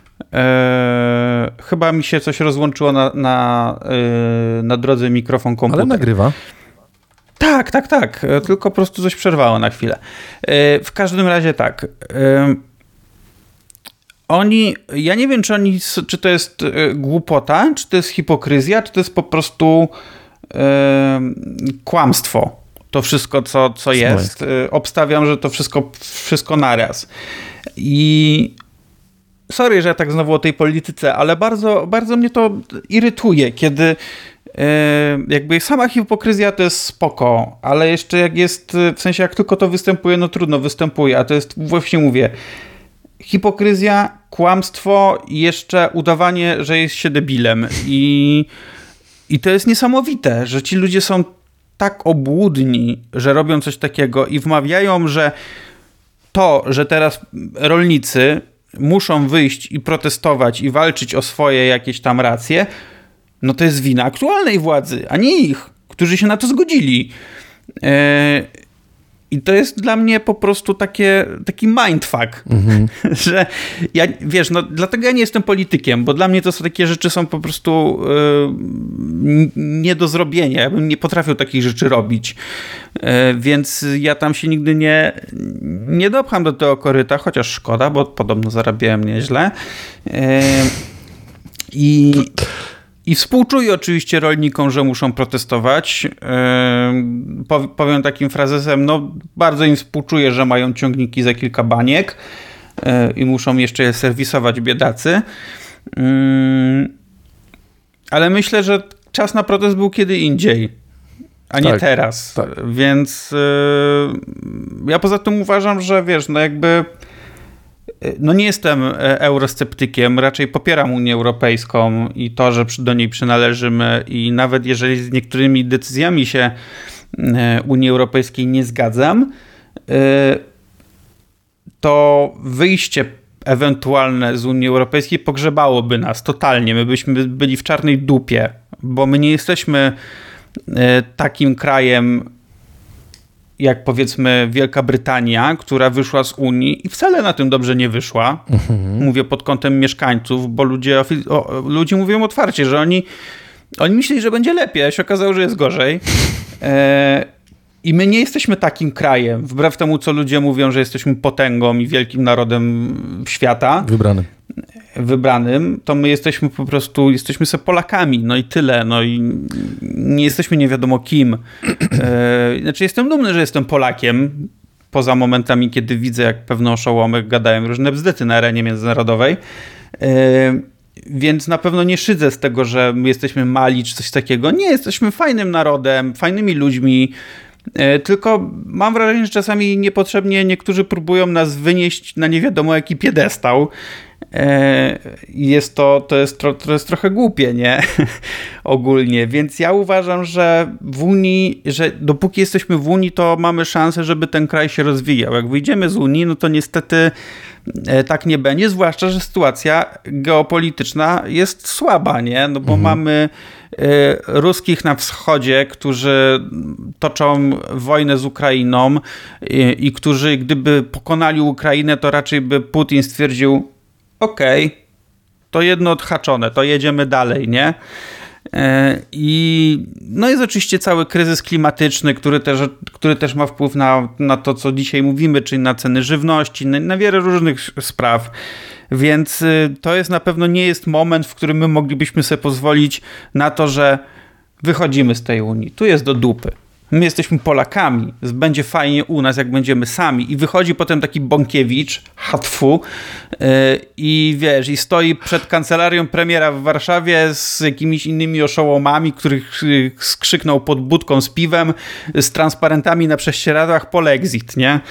e, chyba mi się coś rozłączyło na, na, e, na drodze mikrofon komputer. Ale nagrywa. Tak, tak, tak. Tylko po prostu coś przerwało na chwilę. E, w każdym razie tak. E, oni, ja nie wiem, czy oni, czy to jest głupota, czy to jest hipokryzja, czy to jest po prostu e, kłamstwo. To wszystko, co, co jest. Obstawiam, że to wszystko, wszystko naraz. I sorry, że ja tak znowu o tej polityce, ale bardzo, bardzo mnie to irytuje, kiedy jakby sama hipokryzja to jest spoko, ale jeszcze jak jest, w sensie jak tylko to występuje, no trudno, występuje, a to jest, właśnie mówię, hipokryzja, kłamstwo i jeszcze udawanie, że jest się debilem. I, i to jest niesamowite, że ci ludzie są tak obłudni, że robią coś takiego i wmawiają, że to, że teraz rolnicy muszą wyjść i protestować i walczyć o swoje jakieś tam racje, no to jest wina aktualnej władzy, a nie ich, którzy się na to zgodzili. Yy, I to jest dla mnie po prostu takie, taki mindfuck, mhm. że ja, wiesz, no dlatego ja nie jestem politykiem, bo dla mnie to są takie rzeczy są po prostu yy, nie do zrobienia. Ja bym nie potrafił takich rzeczy robić. Yy, więc ja tam się nigdy nie, nie dopcham do tego koryta, chociaż szkoda, bo podobno zarabiałem nieźle. Yy, I... I współczuję oczywiście rolnikom, że muszą protestować. Yy, powiem takim frazesem, no bardzo im współczuję, że mają ciągniki za kilka baniek yy, i muszą jeszcze je serwisować, biedacy. Yy, ale myślę, że czas na protest był kiedy indziej, a nie tak, teraz. Tak. Więc yy, ja poza tym uważam, że wiesz, no jakby no nie jestem eurosceptykiem, raczej popieram Unię Europejską i to, że do niej przynależymy i nawet jeżeli z niektórymi decyzjami się Unii Europejskiej nie zgadzam, to wyjście ewentualne z Unii Europejskiej pogrzebałoby nas totalnie. My byśmy byli w czarnej dupie, bo my nie jesteśmy takim krajem jak powiedzmy Wielka Brytania, która wyszła z Unii i wcale na tym dobrze nie wyszła. Mhm. Mówię pod kątem mieszkańców, bo ludzie, o, ludzie mówią otwarcie, że oni, oni myśleli, że będzie lepiej, a się okazało, że jest gorzej. E, I my nie jesteśmy takim krajem, wbrew temu, co ludzie mówią, że jesteśmy potęgą i wielkim narodem świata. Wybranym. Wybranym, to my jesteśmy po prostu, jesteśmy sobie Polakami, no i tyle, no i nie jesteśmy nie wiadomo kim. E, znaczy jestem dumny, że jestem Polakiem, poza momentami, kiedy widzę, jak pewne oszołomy gadają różne bzdety na arenie międzynarodowej. E, Więc na pewno nie szydzę z tego, że my jesteśmy mali czy coś takiego. Nie, jesteśmy fajnym narodem, fajnymi ludźmi, tylko mam wrażenie, że czasami niepotrzebnie niektórzy próbują nas wynieść na nie wiadomo jaki piedestał. Jest to, to, jest, to jest trochę głupie, nie? Ogólnie. Więc ja uważam, że w Unii, że dopóki jesteśmy w Unii, to mamy szansę, żeby ten kraj się rozwijał. Jak wyjdziemy z Unii, no to niestety tak nie będzie, zwłaszcza, że sytuacja geopolityczna jest słaba, nie? No bo mhm. mamy y, ruskich na wschodzie, którzy toczą wojnę z Ukrainą i, i którzy gdyby pokonali Ukrainę, to raczej by Putin stwierdził, okej, okay, to jedno odhaczone, to jedziemy dalej, nie? I no jest oczywiście cały kryzys klimatyczny, który też, który też ma wpływ na, na to, co dzisiaj mówimy, czyli na ceny żywności, na, na wiele różnych spraw. Więc to jest na pewno nie jest moment, w którym my moglibyśmy sobie pozwolić na to, że wychodzimy z tej Unii. Tu jest do dupy. My jesteśmy Polakami, będzie fajnie u nas, jak będziemy sami. I wychodzi potem taki Bąkiewicz, hatfu, yy, i wiesz, i stoi przed kancelarią premiera w Warszawie z jakimiś innymi oszołomami, których yy, skrzyknął pod budką z piwem, z transparentami na prześcieradłach polexit, nie?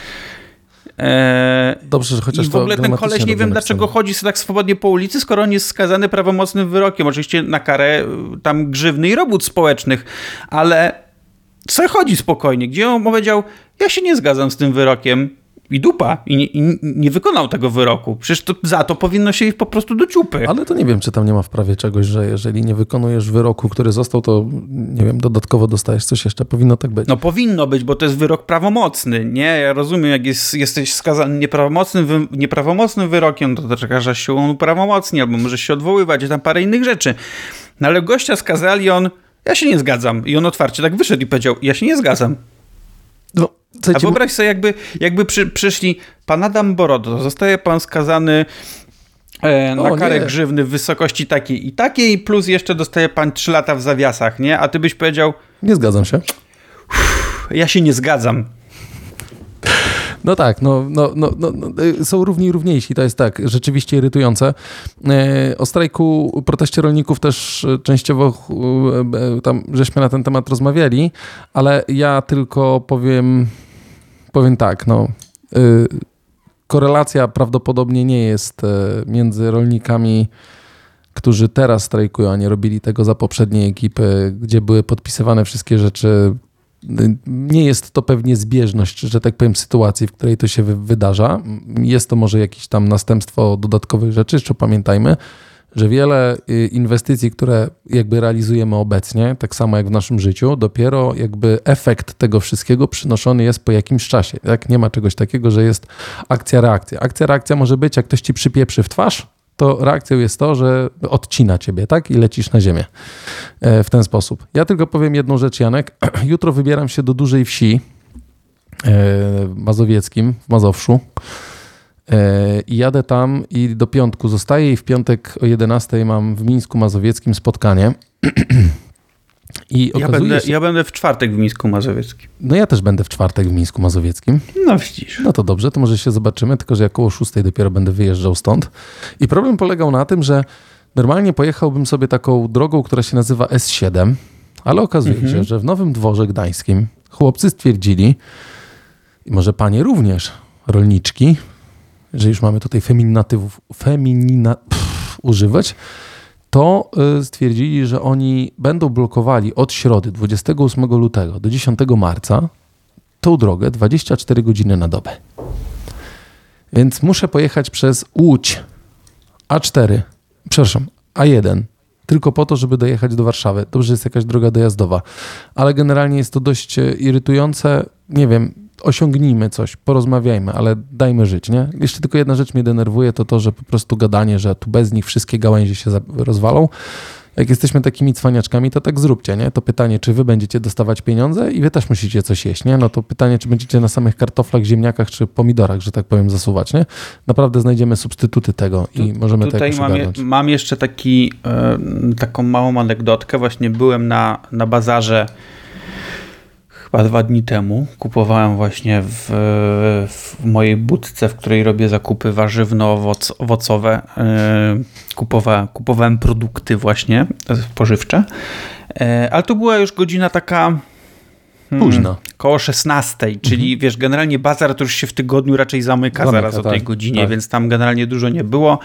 Dobrze, że chociaż I w ogóle ten koleś, nie wiem dlaczego chodzi sobie tak swobodnie po ulicy, skoro on jest skazany prawomocnym wyrokiem. Oczywiście na karę tam grzywny i robót społecznych, ale co chodzi spokojnie, gdzie on powiedział, ja się nie zgadzam z tym wyrokiem i dupa, i nie, i nie wykonał tego wyroku. Przecież to, za to powinno się iść po prostu do ciupy. Ale to nie wiem, czy tam nie ma w prawie czegoś, że jeżeli nie wykonujesz wyroku, który został, to nie wiem, dodatkowo dostajesz coś jeszcze. Powinno tak być. No powinno być, bo to jest wyrok prawomocny, nie? Ja rozumiem, jak jest, jesteś skazany nieprawomocnym, wy, nieprawomocnym wyrokiem, to, to czekasz, aż się on uprawomocni, albo możesz się odwoływać, i tam parę innych rzeczy. No ale gościa skazali, on ja się nie zgadzam. I on otwarcie tak wyszedł i powiedział, ja się nie zgadzam. No, a wyobraź sobie, jakby, jakby przy, przyszli, pan Adam Borodo, zostaje pan skazany e, na o, karę nie. grzywny w wysokości takiej i takiej, plus jeszcze dostaje pan trzy lata w zawiasach, nie? A ty byś powiedział... Nie zgadzam się. Ja się nie zgadzam. No tak, no, no, no, no, są równi i równiejsi, to jest tak, rzeczywiście irytujące. O strajku, proteście rolników też częściowo tam żeśmy na ten temat rozmawiali, ale ja tylko powiem, powiem tak, no, korelacja prawdopodobnie nie jest między rolnikami, którzy teraz strajkują, a nie robili tego za poprzedniej ekipy, gdzie były podpisywane wszystkie rzeczy. Nie jest to pewnie zbieżność, że tak powiem, sytuacji, w której to się wydarza. Jest to może jakieś tam następstwo dodatkowych rzeczy, jeszcze pamiętajmy, że wiele inwestycji, które jakby realizujemy obecnie, tak samo jak w naszym życiu, dopiero jakby efekt tego wszystkiego przynoszony jest po jakimś czasie. Tak? Nie ma czegoś takiego, że jest akcja-reakcja. Akcja-reakcja może być, jak ktoś ci przypieprzy w twarz, to reakcją jest to, że odcina ciebie, tak? I lecisz na ziemię w ten sposób. Ja tylko powiem jedną rzecz, Janek. Jutro wybieram się do dużej wsi w Mazowieckim, w Mazowszu. I jadę tam i do piątku zostaję i w piątek o jedenastej mam w Mińsku Mazowieckim spotkanie. I ja, będę, się... ja będę w czwartek w Mińsku Mazowieckim. No ja też będę w czwartek w Mińsku Mazowieckim. No widzisz. No to dobrze, to może się zobaczymy, tylko że ja koło szóstej dopiero będę wyjeżdżał stąd. I problem polegał na tym, że normalnie pojechałbym sobie taką drogą, która się nazywa S siedem, ale okazuje mhm. się, że w Nowym Dworze Gdańskim chłopcy stwierdzili, i może panie również, rolniczki, że już mamy tutaj feminatywów, feminina, pff, używać, to stwierdzili, że oni będą blokowali od środy dwudziestego ósmego lutego do dziesiątego marca tą drogę dwadzieścia cztery godziny na dobę. Więc muszę pojechać przez Łódź A cztery, przepraszam, A jeden, tylko po to, żeby dojechać do Warszawy. Dobrze, że jest jakaś droga dojazdowa, ale generalnie jest to dość irytujące. Nie wiem, osiągnijmy coś, porozmawiajmy, ale dajmy żyć, nie? Jeszcze tylko jedna rzecz mnie denerwuje, to to, że po prostu gadanie, że tu bez nich wszystkie gałęzie się rozwalą. Jak jesteśmy takimi cwaniaczkami, to tak zróbcie, nie? To pytanie, czy wy będziecie dostawać pieniądze i wy też musicie coś jeść, nie? No to pytanie, czy będziecie na samych kartoflach, ziemniakach, czy pomidorach, że tak powiem, zasuwać, nie? Naprawdę znajdziemy substytuty tego i tu, możemy to jakoś ogarnąć. Tutaj mam jeszcze taki, e, taką małą anegdotkę. Właśnie byłem na, na bazarze chyba dwa dni temu. Kupowałem właśnie w, w mojej budce, w której robię zakupy warzywno-owocowe. Kupowa, kupowałem produkty właśnie spożywcze. Ale to była już godzina taka hmm, późna. Koło szesnastej, czyli mhm. wiesz, generalnie bazar to już się w tygodniu raczej zamyka, zamyka zaraz tak, o tej godzinie, tak. Więc tam generalnie dużo nie było.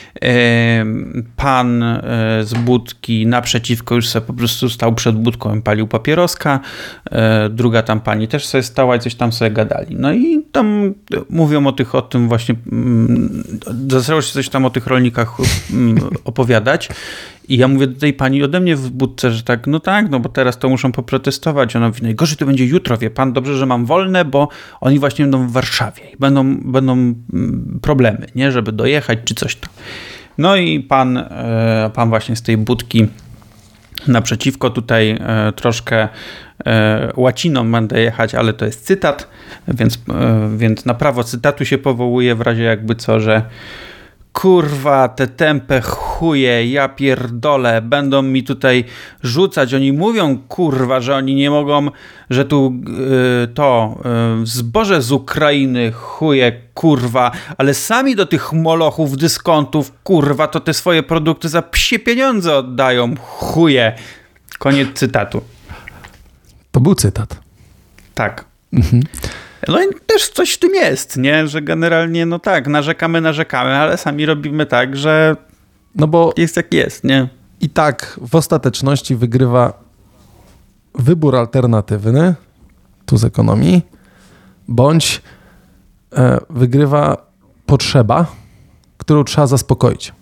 Pan z budki naprzeciwko już sobie po prostu stał przed budką i palił papieroska. Druga tam pani też sobie stała i coś tam sobie gadali. No i tam mówią o tych, o tym właśnie, zaczęło się coś tam o tych rolnikach opowiadać. I ja mówię do tej pani ode mnie w budce, że tak, no tak, no bo teraz to muszą poprotestować. Ona mówi, najgorzej to będzie jutro, wie pan, dobrze, że mam wolne, bo oni właśnie będą w Warszawie i będą, będą problemy, nie, żeby dojechać czy coś tam. No i pan, pan właśnie z tej budki naprzeciwko tutaj troszkę łaciną będę jechać, ale to jest cytat, więc, więc na prawo cytatu się powołuje w razie jakby co, że kurwa, te tępe chuje, ja pierdolę, będą mi tutaj rzucać. Oni mówią, kurwa, że oni nie mogą, że tu yy, to yy, zboże z Ukrainy chuje, kurwa, ale sami do tych molochów, dyskontów, kurwa, to te swoje produkty za psie pieniądze oddają, chuje. Koniec cytatu. To był cytat. Tak. Mhm. No i też coś w tym jest, nie? Że generalnie, no tak, narzekamy, narzekamy, ale sami robimy tak, że no bo jest jak jest, nie? I tak w ostateczności wygrywa wybór alternatywny, tu z ekonomii, bądź e, wygrywa potrzeba, którą trzeba zaspokoić.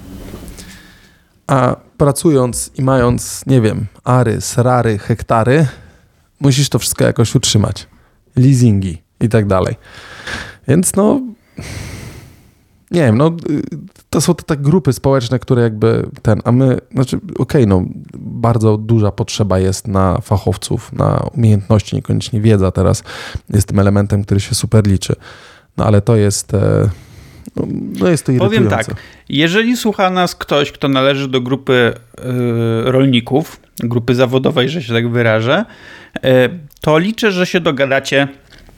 A pracując i mając, nie wiem, ary, srary, hektary, musisz to wszystko jakoś utrzymać. Leasingi i tak dalej. Więc no, nie wiem, no to są te tak grupy społeczne, które jakby ten, a my, znaczy okej, okay, no bardzo duża potrzeba jest na fachowców, na umiejętności, niekoniecznie wiedza teraz jest tym elementem, który się super liczy. No ale to jest, no, no jest to irytujące. Powiem tak, jeżeli słucha nas ktoś, kto należy do grupy yy, rolników, grupy zawodowej, że się tak wyrażę, to liczę, że się dogadacie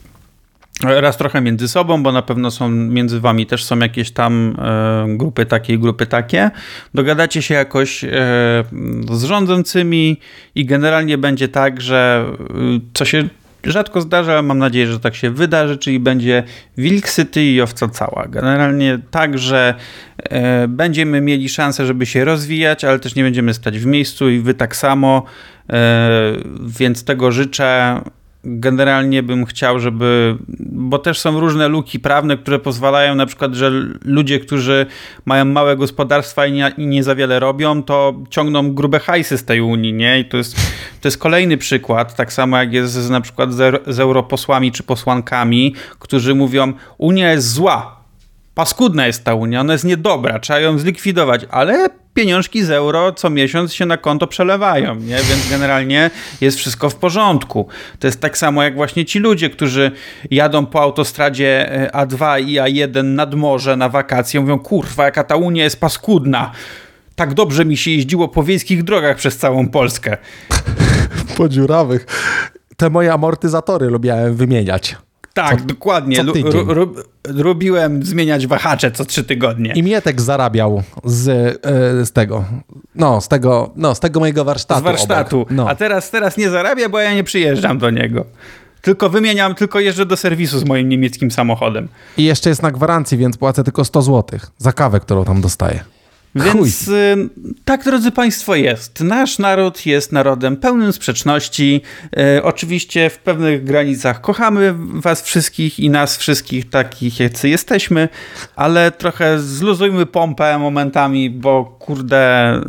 raz trochę między sobą, bo na pewno są między wami też są jakieś tam grupy takie i grupy takie. Dogadacie się jakoś z rządzącymi i generalnie będzie tak, że co się rzadko zdarza, ale mam nadzieję, że tak się wydarzy, czyli będzie wilk syty i owca cała. Generalnie tak, że e, będziemy mieli szansę, żeby się rozwijać, ale też nie będziemy stać w miejscu i wy tak samo, e, więc tego życzę. Generalnie bym chciał, żeby, bo też są różne luki prawne, które pozwalają na przykład, że ludzie, którzy mają małe gospodarstwa i nie, i nie za wiele robią, to ciągną grube hajsy z tej Unii, nie? I to jest, to jest kolejny przykład, tak samo jak jest z, na przykład z, z europosłami czy posłankami, którzy mówią, Unia jest zła, paskudna jest ta Unia, ona jest niedobra, trzeba ją zlikwidować, ale pieniążki z euro co miesiąc się na konto przelewają, nie? Więc generalnie jest wszystko w porządku. To jest tak samo jak właśnie ci ludzie, którzy jadą po autostradzie A dwa i A jeden nad morze na wakacje, mówią, kurwa, jaka ta Unia jest paskudna. Tak dobrze mi się jeździło po wiejskich drogach przez całą Polskę. Po dziurawych. Te moje amortyzatory lubiałem wymieniać. Tak, co, dokładnie. Co Lu- ru- lubiłem zmieniać wahacze co trzy tygodnie. I Mietek zarabiał z, yy, z tego, no z tego, no z tego mojego warsztatu. Z warsztatu. No. A teraz, teraz nie zarabia, bo ja nie przyjeżdżam do niego. Tylko wymieniam, tylko jeżdżę do serwisu z moim niemieckim samochodem. I jeszcze jest na gwarancji, więc płacę tylko sto złotych za kawę, którą tam dostaję. Więc y, tak, drodzy państwo, jest. Nasz naród jest narodem pełnym sprzeczności. Y, oczywiście w pewnych granicach kochamy was wszystkich i nas wszystkich takich, jacy jesteśmy, ale trochę zluzujmy pompę momentami, bo kurde,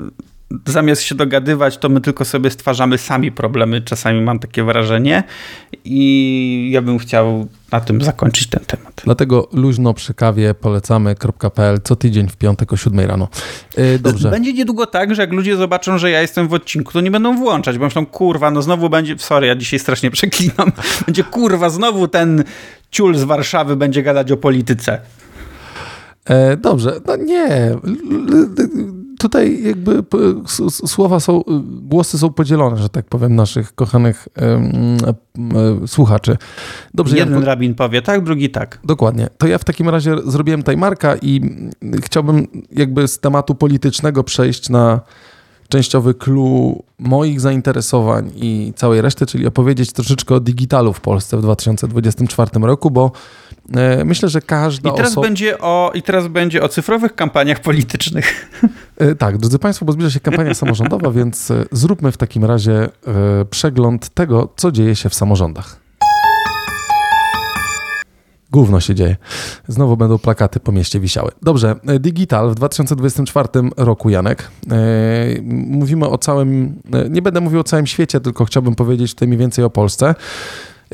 zamiast się dogadywać, to my tylko sobie stwarzamy sami problemy. Czasami mam takie wrażenie i ja bym chciał na tym zakończyć ten temat. Dlatego luźno przy kawie polecamy kropka pe el co tydzień w piątek o siódmej rano. Yy, dobrze. Będzie niedługo tak, że jak ludzie zobaczą, że ja jestem w odcinku, to nie będą włączać, bo myślą, kurwa, no znowu będzie, sorry, ja dzisiaj strasznie przeklinam, będzie kurwa, znowu ten ciul z Warszawy będzie gadać o polityce. E, dobrze, no nie. Tutaj jakby słowa są, głosy są podzielone, że tak powiem, naszych kochanych um, um, słuchaczy. Dobrze, Jeden ja... rabin powie tak, drugi tak. Dokładnie. To ja w takim razie zrobiłem timemarka i chciałbym jakby z tematu politycznego przejść na częściowy clue moich zainteresowań i całej reszty, czyli opowiedzieć troszeczkę o digitalu w Polsce w dwa tysiące dwudziestym czwartym roku, bo e, myślę, że każda I teraz osoba... będzie o I teraz będzie o cyfrowych kampaniach politycznych. E, tak, drodzy Państwo, bo zbliża się kampania samorządowa, więc e, zróbmy w takim razie e, przegląd tego, co dzieje się w samorządach. Gówno się dzieje. Znowu będą plakaty po mieście wisiały. Dobrze, digital w dwa tysiące dwudziestym czwartym roku, Janek. Yy, mówimy o całym, yy, nie będę mówił o całym świecie, tylko chciałbym powiedzieć tutaj mniej więcej o Polsce. Yy,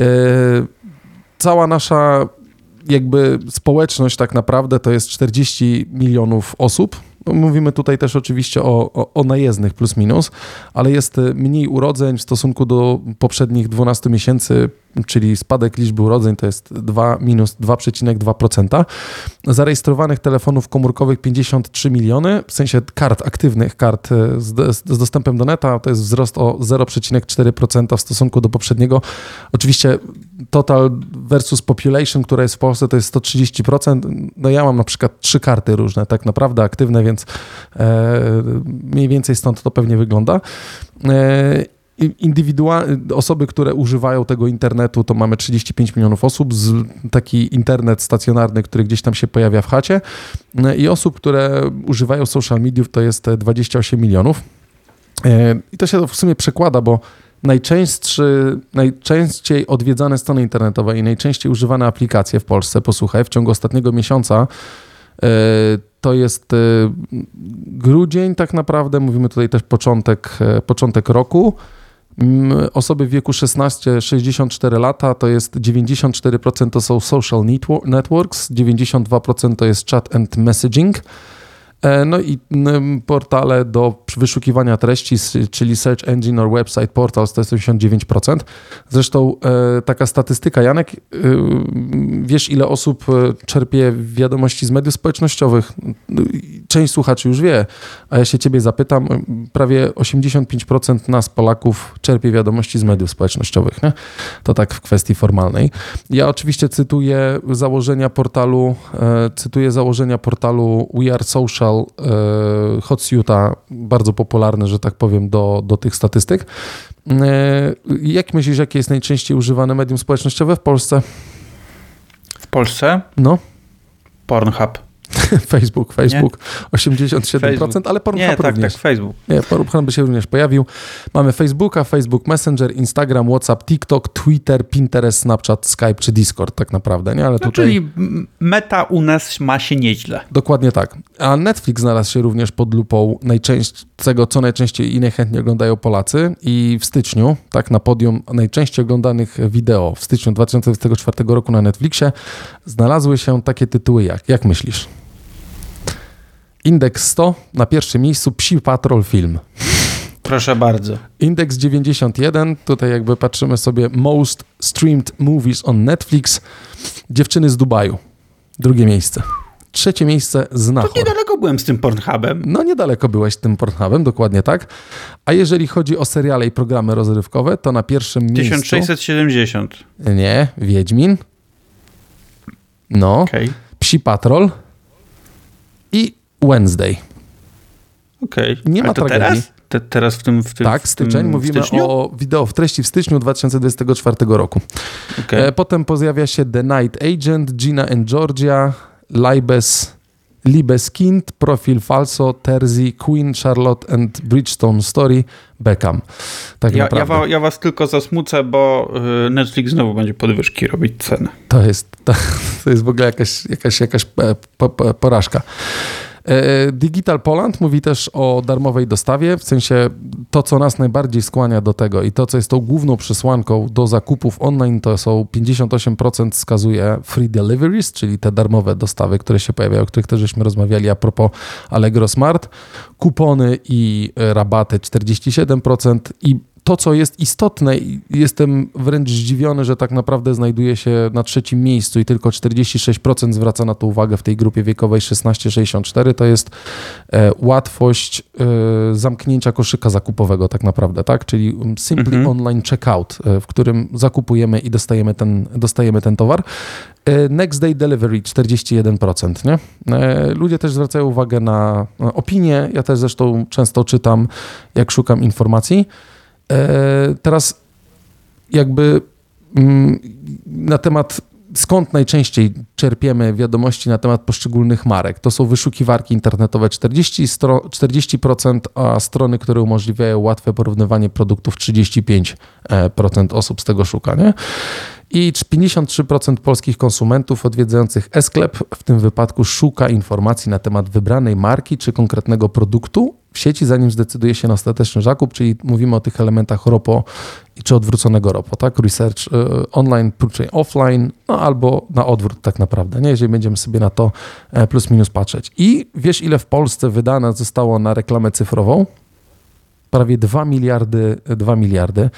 cała nasza jakby społeczność tak naprawdę to jest czterdzieści milionów osób. Mówimy tutaj też oczywiście o, o, o najezdnych plus minus, ale jest mniej urodzeń w stosunku do poprzednich dwunastu miesięcy, czyli spadek liczby urodzeń to jest dwa minus dwa przecinek dwa procent. Zarejestrowanych telefonów komórkowych pięćdziesiąt trzy miliony, w sensie kart aktywnych, kart z, z dostępem do neta, to jest wzrost o zero przecinek cztery procent w stosunku do poprzedniego. Oczywiście total versus population, która jest w Polsce, to jest sto trzydzieści procent. No ja mam na przykład trzy karty różne, tak naprawdę aktywne, więc e, mniej więcej stąd to pewnie wygląda. E, Indywidualne osoby, które używają tego internetu, to mamy trzydzieści pięć milionów osób, z, taki internet stacjonarny, który gdzieś tam się pojawia w chacie, i osób, które używają social mediów, to jest dwadzieścia osiem milionów. I to się w sumie przekłada, bo najczęstszy, najczęściej odwiedzane strony internetowe i najczęściej używane aplikacje w Polsce, posłuchaj, w ciągu ostatniego miesiąca to jest grudzień tak naprawdę, mówimy tutaj też początek, początek roku. Osoby w wieku szesnaście do sześćdziesięciu czterech lata to jest dziewięćdziesiąt cztery procent to są social networks, dziewięćdziesiąt dwa procent to jest chat and messaging. No i portale do wyszukiwania treści, czyli Search Engine or Website Portals, to jest osiemdziesiąt dziewięć procent. Zresztą taka statystyka, Janek, wiesz ile osób czerpie wiadomości z mediów społecznościowych? Część słuchaczy już wie, a ja się ciebie zapytam, prawie osiemdziesiąt pięć procent nas, Polaków, czerpie wiadomości z mediów społecznościowych, nie? To tak w kwestii formalnej. Ja oczywiście cytuję założenia portalu, cytuję założenia portalu We Are Social, HotSuite'a, bardzo popularny, że tak powiem, do, do tych statystyk. Jak myślisz, jakie jest najczęściej używane medium społecznościowe w Polsce? W Polsce? No. Pornhub. Facebook, Facebook, nie? osiemdziesiąt siedem procent, Facebook. Ale Pornhub nie, tak, również. tak, Facebook. Nie, Pornhub by się również pojawił. Mamy Facebooka, Facebook Messenger, Instagram, WhatsApp, TikTok, Twitter, Pinterest, Snapchat, Skype czy Discord tak naprawdę, nie? Ale no, tutaj... Czyli meta u nas ma się nieźle. Dokładnie tak. A Netflix znalazł się również pod lupą najczęściej, tego, co najczęściej i najchętniej oglądają Polacy, i w styczniu, tak na podium najczęściej oglądanych wideo w styczniu dwa tysiące dwudziestego czwartego roku na Netflixie znalazły się takie tytuły jak, jak myślisz? Indeks sto, na pierwszym miejscu Psi Patrol film. Proszę bardzo. Indeks dziewięćdziesiąt jeden, tutaj jakby patrzymy sobie Most Streamed Movies on Netflix, Dziewczyny z Dubaju, drugie miejsce. Trzecie miejsce Znachor. To niedaleko byłem z tym Pornhubem. No niedaleko byłeś z tym Pornhubem, dokładnie tak. A jeżeli chodzi o seriale i programy rozrywkowe, to na pierwszym miejscu... tysiąc sześćset siedemdziesiąt. Nie, Wiedźmin. No. Okay. Psi Patrol i Wednesday. Okej. Okay. Nie ma to tragedii. Teraz? Te, teraz w tym w tym Tak, styczeń. tym Mówimy styczniu? o wideo w treści w styczniu dwa tysiące dwudziestego czwartego roku. Okay. Potem pojawia się The Night Agent, Gina and Georgia, Libes, Libeskind, Profil Falso, Terzi, Queen, Charlotte and Bridgestone Story, Beckham. Tak ja, naprawdę. Ja, ja was tylko zasmucę, bo Netflix znowu będzie podwyżki robić ceny. To jest, to, to jest w ogóle jakaś, jakaś, jakaś po, po, porażka. Digital Poland mówi też o darmowej dostawie, w sensie to, co nas najbardziej skłania do tego i to, co jest tą główną przesłanką do zakupów online, to są pięćdziesiąt osiem procent wskazuje free deliveries, czyli te darmowe dostawy, które się pojawiają, o których też żeśmy rozmawiali a propos Allegro Smart, kupony i rabaty czterdzieści siedem procent i to, co jest istotne, jestem wręcz zdziwiony, że tak naprawdę znajduje się na trzecim miejscu i tylko czterdzieści sześć procent zwraca na to uwagę w tej grupie wiekowej szesnaście sześćdziesiąt cztery, to jest e, łatwość e, zamknięcia koszyka zakupowego tak naprawdę, tak? Czyli simply mhm. online checkout, e, w którym zakupujemy i dostajemy ten, dostajemy ten towar. E, next day delivery czterdzieści jeden procent, nie? E, ludzie też zwracają uwagę na, na opinie, ja też zresztą często czytam, jak szukam informacji. Teraz jakby na temat, skąd najczęściej czerpiemy wiadomości na temat poszczególnych marek. To są wyszukiwarki internetowe czterdzieści procent, a strony, które umożliwiają łatwe porównywanie produktów trzydzieści pięć procent osób z tego szuka, nie? I pięćdziesiąt trzy procent polskich konsumentów odwiedzających e-sklep w tym wypadku szuka informacji na temat wybranej marki czy konkretnego produktu w sieci, zanim zdecyduje się na ostateczny zakup, czyli mówimy o tych elementach ROPO czy odwróconego ROPO, tak? Research y, online, czyli offline, no albo na odwrót tak naprawdę, nie? Jeżeli będziemy sobie na to plus minus patrzeć. I wiesz, ile w Polsce wydane zostało na reklamę cyfrową? Prawie dwa miliardy, dwa miliardy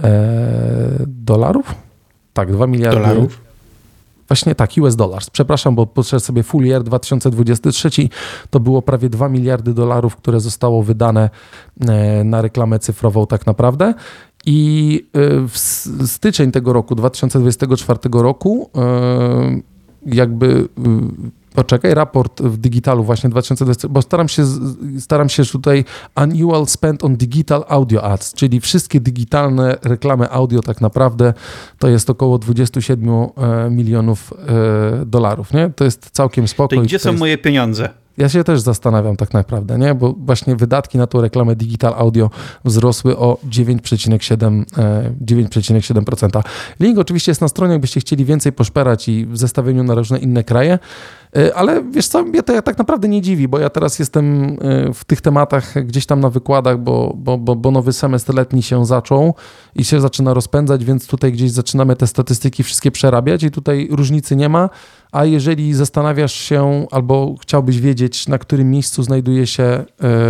e, dolarów? Tak, dwa miliardy dolarów. Właśnie tak, U S dollars. Przepraszam, bo patrzę sobie full year dwa tysiące dwudziesty trzeci, to było prawie dwa miliardy dolarów, które zostało wydane na reklamę cyfrową tak naprawdę. I w styczeń tego roku, dwa tysiące dwudziestego czwartego roku, jakby... Poczekaj, raport w digitalu właśnie dwa tysiące dwudziestym, bo staram się, staram się tutaj annual spend on digital audio ads, czyli wszystkie digitalne reklamy audio tak naprawdę to jest około dwadzieścia siedem milionów dolarów, nie? To jest całkiem spoko. To i gdzie są jest... moje pieniądze? Ja się też zastanawiam tak naprawdę, nie? Bo właśnie wydatki na tą reklamę digital audio wzrosły o dziewięć przecinek siedem procent. Link oczywiście jest na stronie, jakbyście chcieli więcej poszperać i w zestawieniu na różne inne kraje, ale wiesz co, mnie to ja tak naprawdę nie dziwi, bo ja teraz jestem w tych tematach gdzieś tam na wykładach, bo, bo, bo, bo nowy semestr letni się zaczął i się zaczyna rozpędzać, więc tutaj gdzieś zaczynamy te statystyki wszystkie przerabiać i tutaj różnicy nie ma. A jeżeli zastanawiasz się albo chciałbyś wiedzieć, na którym miejscu znajduje się e,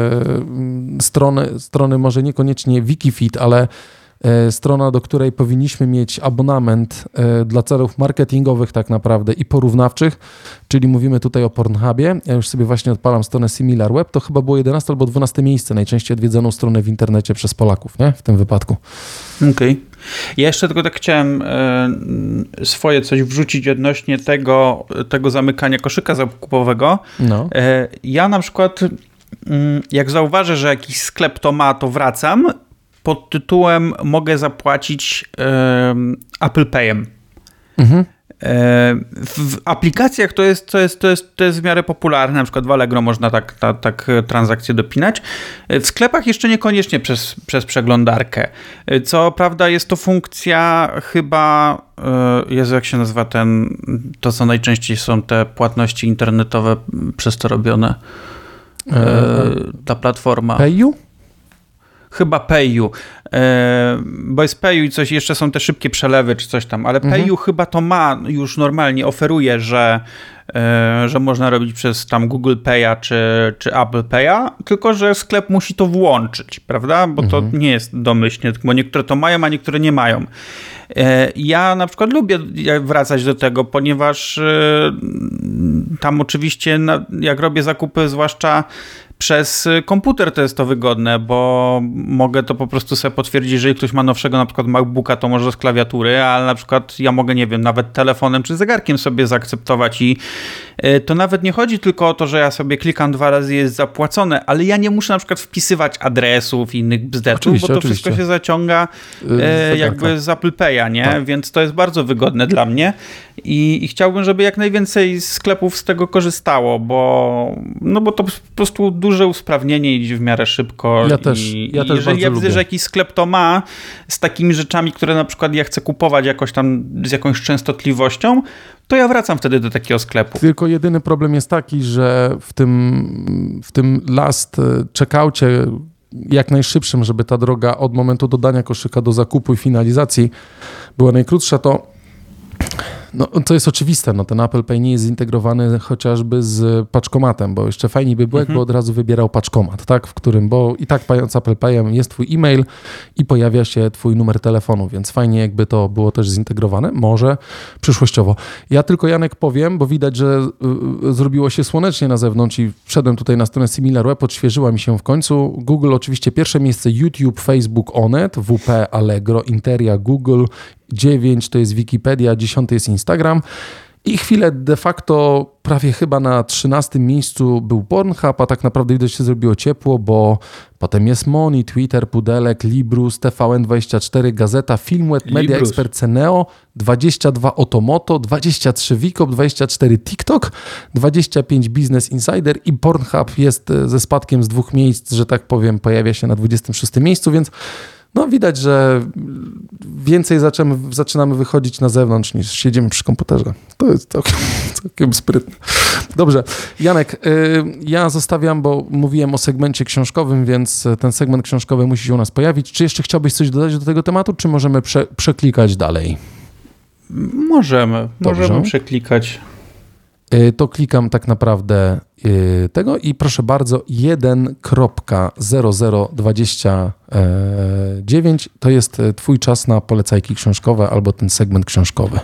strony, strony może niekoniecznie Wikifeed, ale e, strona, do której powinniśmy mieć abonament e, dla celów marketingowych tak naprawdę i porównawczych, czyli mówimy tutaj o Pornhubie. Ja już sobie właśnie odpalam stronę SimilarWeb, to chyba było jedenaste albo dwunaste miejsce najczęściej odwiedzoną stronę w internecie przez Polaków, nie? W tym wypadku. Okej. Okay. Ja jeszcze tylko tak chciałem e, swoje coś wrzucić odnośnie tego, tego zamykania koszyka zakupowego. No. E, ja na przykład m, jak zauważę, że jakiś sklep to ma, to wracam, pod tytułem mogę zapłacić e, Apple Payem. Mhm. W aplikacjach to jest, to, jest, to, jest, to jest w miarę popularne, na przykład w Allegro można tak, tak, tak transakcje dopinać. W sklepach jeszcze niekoniecznie przez, przez przeglądarkę. Co prawda jest to funkcja chyba, Jezu, jak się nazywa ten, to co najczęściej są te płatności internetowe przez to robione. Ta platforma. Payu? Chyba Payu, e, bo jest Payu i coś, jeszcze są te szybkie przelewy czy coś tam, ale mhm. Payu chyba to ma, już normalnie oferuje, że, e, że można robić przez tam Google Pay'a czy, czy Apple Pay'a, tylko że sklep musi to włączyć, prawda? Bo mhm. to nie jest domyślnie, bo niektóre to mają, a niektóre nie mają. E, ja na przykład lubię wracać do tego, ponieważ e, tam oczywiście na, jak robię zakupy, zwłaszcza przez komputer to jest to wygodne, bo mogę to po prostu sobie potwierdzić, jeżeli ktoś ma nowszego na przykład MacBooka, to może z klawiatury, ale na przykład ja mogę, nie wiem, nawet telefonem czy zegarkiem sobie zaakceptować i to nawet nie chodzi tylko o to, że ja sobie klikam dwa razy, jest zapłacone, ale ja nie muszę na przykład wpisywać adresów i innych bzdetów, bo to oczywiście. Wszystko się zaciąga z jakby z Apple Pay'a kraja, nie? Tak. Więc to jest bardzo wygodne dla mnie i, i chciałbym, żeby jak najwięcej sklepów z tego korzystało, bo, no bo to po prostu duże usprawnienie, idzie w miarę szybko. Ja też, i, ja i też jeżeli ja widzę, lubię. że jakiś sklep to ma z takimi rzeczami, które na przykład ja chcę kupować jakoś tam z jakąś częstotliwością, to ja wracam wtedy do takiego sklepu. Tylko jedyny problem jest taki, że w tym, w tym last checkoutie jak najszybszym, żeby ta droga od momentu dodania koszyka do zakupu i finalizacji była najkrótsza, to no, to jest oczywiste. No, ten Apple Pay nie jest zintegrowany chociażby z paczkomatem, bo jeszcze fajniej by było, mhm. jakby od razu wybierał paczkomat, tak? W którym, bo i tak pając Apple Payem jest twój e-mail i pojawia się twój numer telefonu, więc fajnie jakby to było też zintegrowane, może przyszłościowo. Ja tylko, Janek, powiem, bo widać, że y, zrobiło się słonecznie na zewnątrz i wszedłem tutaj na stronę SimilarWeb, odświeżyła mi się w końcu. Google oczywiście pierwsze miejsce, YouTube, Facebook, Onet, W P, Allegro, Interia, Google, dziewięć to jest Wikipedia, dziesiąty jest Instagram i chwilę de facto prawie chyba na trzynastym miejscu był Pornhub, a tak naprawdę widać się zrobiło ciepło, bo potem jest Money, Twitter, Pudelek, Librus, T V N dwadzieścia cztery, Gazeta, Filmweb, Media Librus. Expert, Ceneo, dwadzieścia dwa Otomoto, dwadzieścia trzy Wikop, dwadzieścia cztery TikTok, dwadzieścia pięć Business Insider i Pornhub jest ze spadkiem z dwóch miejsc, że tak powiem, pojawia się na dwudziestym szóstym miejscu, więc no widać, że więcej zaczynamy, zaczynamy wychodzić na zewnątrz niż siedzimy przy komputerze. To jest całkiem, całkiem sprytne. Dobrze, Janek, y, ja zostawiam, bo mówiłem o segmencie książkowym, więc ten segment książkowy musi się u nas pojawić. Czy jeszcze chciałbyś coś dodać do tego tematu, czy możemy prze, przeklikać dalej? Możemy, Dobrze. możemy przeklikać. To klikam tak naprawdę tego i proszę bardzo, jeden zero zero dwadzieścia dziewięć to jest twój czas na polecajki książkowe albo ten segment książkowy.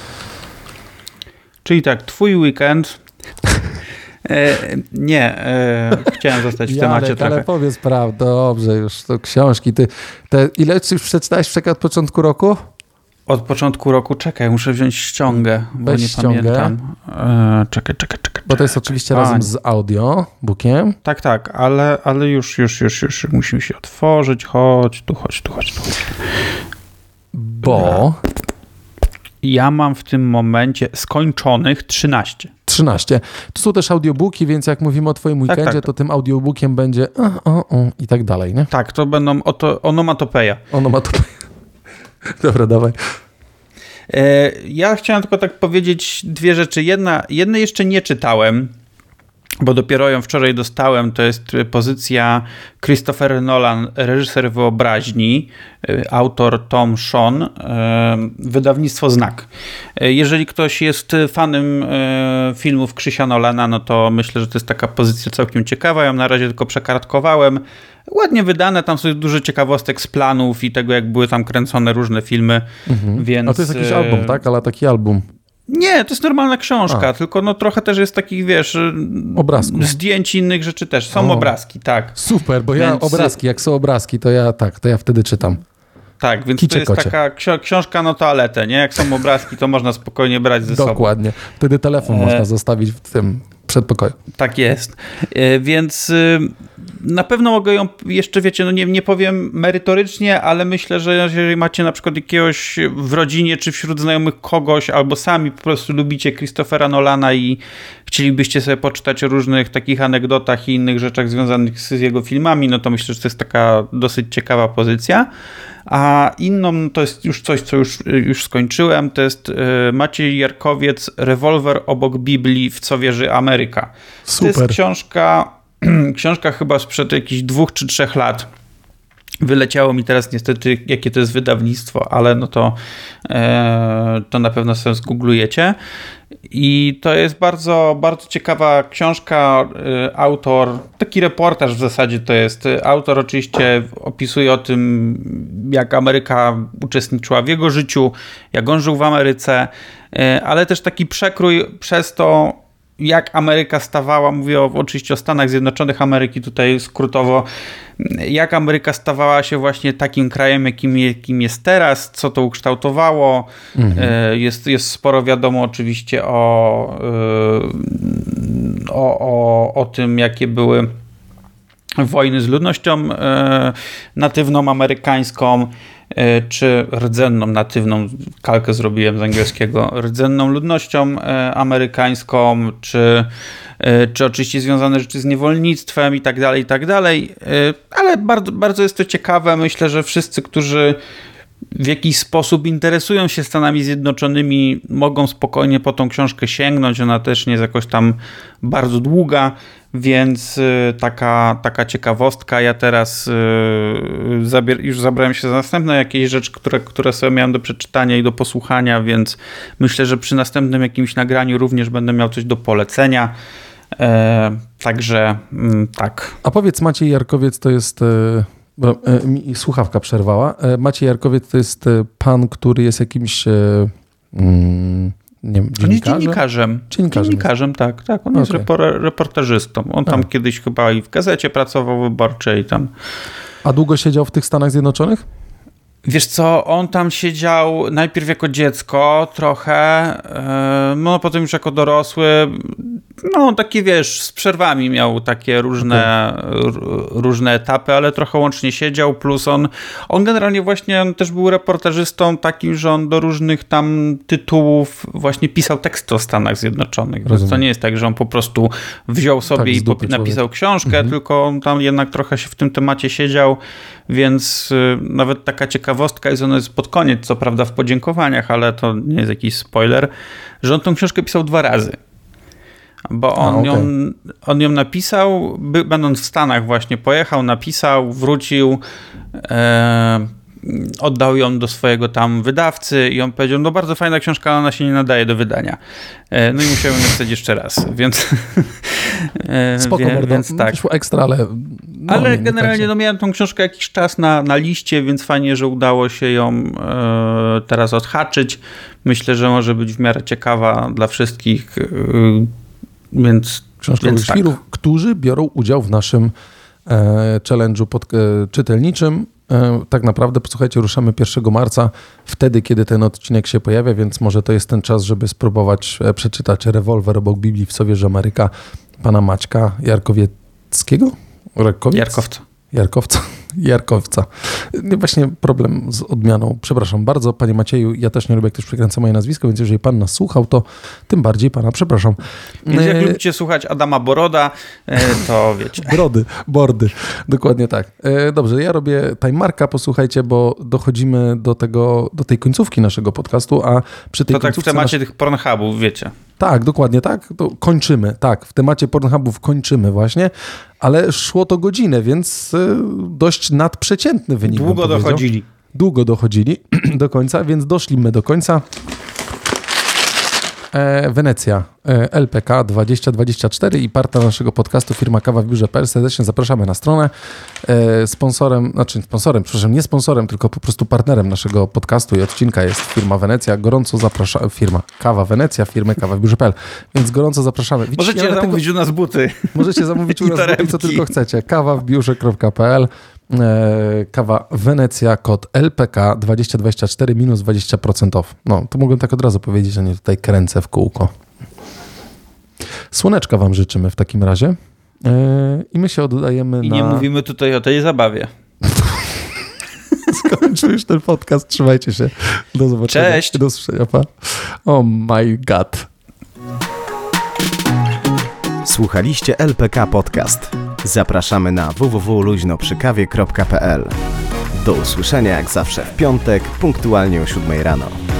Czyli tak, twój weekend... E, nie, e, chciałem zostać w Janek, temacie trochę. Ale powiedz prawdę, dobrze, już to książki. Ty, te, ile już przeczytałeś przekaz od początku roku? Od początku roku, czekaj, muszę wziąć ściągę, bo Weź nie ściągę. pamiętam. E, czekaj, czekaj, czekaj. Bo to jest oczywiście razem z audiobookiem. Tak, tak, ale, ale już, już, już, już musimy się otworzyć. Chodź tu, chodź tu, chodź tu. Bo... Ja mam w tym momencie skończonych trzynaście. trzynaście. To są też audiobooki, więc jak mówimy o twoim weekendzie, tak, tak, tak. to tym audiobookiem będzie o, o, o, i tak dalej, nie? Tak, to będą oto, onomatopeja. Onomatopeja. Dobra, dawaj. Ja chciałem tylko tak powiedzieć dwie rzeczy. Jedna, jednej jeszcze nie czytałem, bo dopiero ją wczoraj dostałem. To jest pozycja Christopher Nolan, reżyser wyobraźni, autor Tom Sean, wydawnictwo Znak. Jeżeli ktoś jest fanem filmów Krzysia Nolana, no to myślę, że to jest taka pozycja całkiem ciekawa. Ja ją na razie tylko przekartkowałem. Ładnie wydane, tam są dużo ciekawostek z planów i tego, jak były tam kręcone różne filmy. Mhm. Więc... A to jest jakiś album, tak? Ale taki album. Nie, to jest normalna książka, A. tylko no trochę też jest takich, wiesz, obrazków. Zdjęć innych rzeczy też. Są o. obrazki, tak. Super, bo więc... ja obrazki, jak są obrazki, to ja tak, to ja wtedy czytam. Tak, więc Kicie to jest kocie. taka ksi- książka na toaletę, nie? Jak są obrazki, to można spokojnie brać ze Dokładnie. sobą. Dokładnie. Wtedy telefon e... można zostawić w tym przedpokoju. Tak jest. E, więc y, na pewno mogę ją jeszcze, wiecie, no nie, nie powiem merytorycznie, ale myślę, że jeżeli macie na przykład jakiegoś w rodzinie, czy wśród znajomych kogoś, albo sami po prostu lubicie Christophera Nolana i chcielibyście sobie poczytać o różnych takich anegdotach i innych rzeczach związanych z jego filmami, no to myślę, że to jest taka dosyć ciekawa pozycja. A inną to jest już coś, co już, już skończyłem, to jest Maciej Jarkowiec, Rewolwer obok Biblii, w co wierzy Ameryka. Super. To jest książka, książka chyba sprzed jakichś dwóch czy trzech lat. Wyleciało mi teraz niestety, jakie to jest wydawnictwo, ale no to, e, to na pewno sobie zgooglujecie. I to jest bardzo, bardzo ciekawa książka. Autor, taki reportaż w zasadzie to jest. Autor oczywiście opisuje o tym, jak Ameryka uczestniczyła w jego życiu, jak on żył w Ameryce, ale też taki przekrój przez to, jak Ameryka stawała, mówię o, oczywiście o Stanach Zjednoczonych Ameryki tutaj skrótowo, jak Ameryka stawała się właśnie takim krajem, jakim, jakim jest teraz, co to ukształtowało. Mhm. Jest, jest sporo wiadomo oczywiście o, o, o, o tym, jakie były wojny z ludnością e, natywną amerykańską, e, czy rdzenną, natywną, kalkę zrobiłem z angielskiego, rdzenną ludnością e, amerykańską, czy, e, czy oczywiście związane rzeczy z niewolnictwem i tak dalej, i tak dalej, e, ale bardzo, bardzo jest to ciekawe. Myślę, że wszyscy, którzy w jakiś sposób interesują się Stanami Zjednoczonymi, mogą spokojnie po tą książkę sięgnąć. Ona też nie jest jakoś tam bardzo długa, więc taka, taka ciekawostka. Ja teraz zabier- już zabrałem się za następne jakieś rzeczy, które, które sobie miałem do przeczytania i do posłuchania, więc myślę, że przy następnym jakimś nagraniu również będę miał coś do polecenia. E, także m, tak. A powiedz, Maciej Jarkowiec to jest... E... Bo e, mi słuchawka przerwała. E, Maciej Jarkowiec to jest e, pan, który jest jakimś e, mm, nie wiem, dziennikarzem? On jest dziennikarzem. Dziennikarzem, dziennikarzem tak, tak. On okay. jest repor- reportażystą. On tam A. kiedyś chyba i w gazecie pracował wyborczej. Tam. A długo siedział w tych Stanach Zjednoczonych? Wiesz co, on tam siedział najpierw jako dziecko trochę, no potem już jako dorosły, no takie wiesz, z przerwami miał takie różne, okay. różne etapy, ale trochę łącznie siedział, plus on, on generalnie właśnie on też był reportażystą takim, że on do różnych tam tytułów właśnie pisał teksty o Stanach Zjednoczonych, Rozumiem. Więc to nie jest tak, że on po prostu wziął sobie tak, i popi- napisał książkę, mhm. tylko on tam jednak trochę się w tym temacie siedział, więc y, nawet taka ciekawostka jest, ona jest pod koniec, co prawda w podziękowaniach, ale to nie jest jakiś spoiler, że on tą książkę pisał dwa razy. Bo on, A, okay. ją, on ją napisał, by, będąc w Stanach właśnie, pojechał, napisał, wrócił, e, oddał ją do swojego tam wydawcy i on powiedział, no bardzo fajna książka, ale ona się nie nadaje do wydania. E, no i musiałem napisać jeszcze raz, więc... E, Spoko, wie, więc tak. Wyszło ekstra, ale... No, ale nie, generalnie nie no, miałem tą książkę jakiś czas na, na liście, więc fajnie, że udało się ją e, teraz odhaczyć. Myślę, że może być w miarę ciekawa dla wszystkich, e, więc... Książkowych więc świrów, tak. którzy biorą udział w naszym e, challenge'u pod, e, czytelniczym. E, tak naprawdę, posłuchajcie, ruszamy pierwszego marca, wtedy, kiedy ten odcinek się pojawia, więc może to jest ten czas, żeby spróbować e, przeczytać Rewolwer obok Biblii w co wierzy Ameryka pana Maćka Jarkowieckiego? Jarkowiec? Jarkowca. Jarkowca. Jarkowca. Właśnie problem z odmianą. Przepraszam bardzo, panie Macieju, ja też nie lubię, jak ktoś przekręca moje nazwisko, więc jeżeli pan nas słuchał, to tym bardziej pana przepraszam. Więc jak e... lubicie słuchać Adama Boroda, to wiecie. Brody, bordy. Dokładnie tak. Dobrze, ja robię timemarka, posłuchajcie, bo dochodzimy do tego, do tej końcówki naszego podcastu, a przy tej to tak w temacie nasz... tych Pornhubów, wiecie. Tak, dokładnie tak. To kończymy, tak. W temacie Pornhubów kończymy właśnie, ale szło to godzinę, więc dość nadprzeciętny wynik. Długo dochodzili. Długo dochodzili do końca, więc doszliśmy do końca. E, Wenecja, e, L P K dwadzieścia dwadzieścia cztery i partner naszego podcastu firma kawa w biurze kropka p l. Serdecznie zapraszamy na stronę. E, sponsorem, znaczy sponsorem, przepraszam, nie sponsorem, tylko po prostu partnerem naszego podcastu i odcinka jest firma Wenecja. Gorąco zapraszamy, firma Kawa Wenecja, firmy kawa w biurze kropka p l. Więc gorąco zapraszamy. Widzicie, możecie ja zamówić tego, u nas buty. Możecie zamówić u nas buty, co tylko chcecie. kawa w biurze kropka p l. Kawa Wenecja, kod L P K dwadzieścia dwadzieścia cztery minus dwadzieścia procent off. No, to mogłem tak od razu powiedzieć, a nie tutaj kręcę w kółko. Słoneczka wam życzymy w takim razie. Yy, I my się oddajemy I na... I nie mówimy tutaj o tej zabawie. Skończył już ten podcast. Trzymajcie się. Do zobaczenia. Cześć. Do usłyszenia. Pa. Oh my god. Słuchaliście L P K Podcast. Zapraszamy na w w w kropka luźno przy kawie kropka p l. Do usłyszenia jak zawsze w piątek, punktualnie o siódmej rano.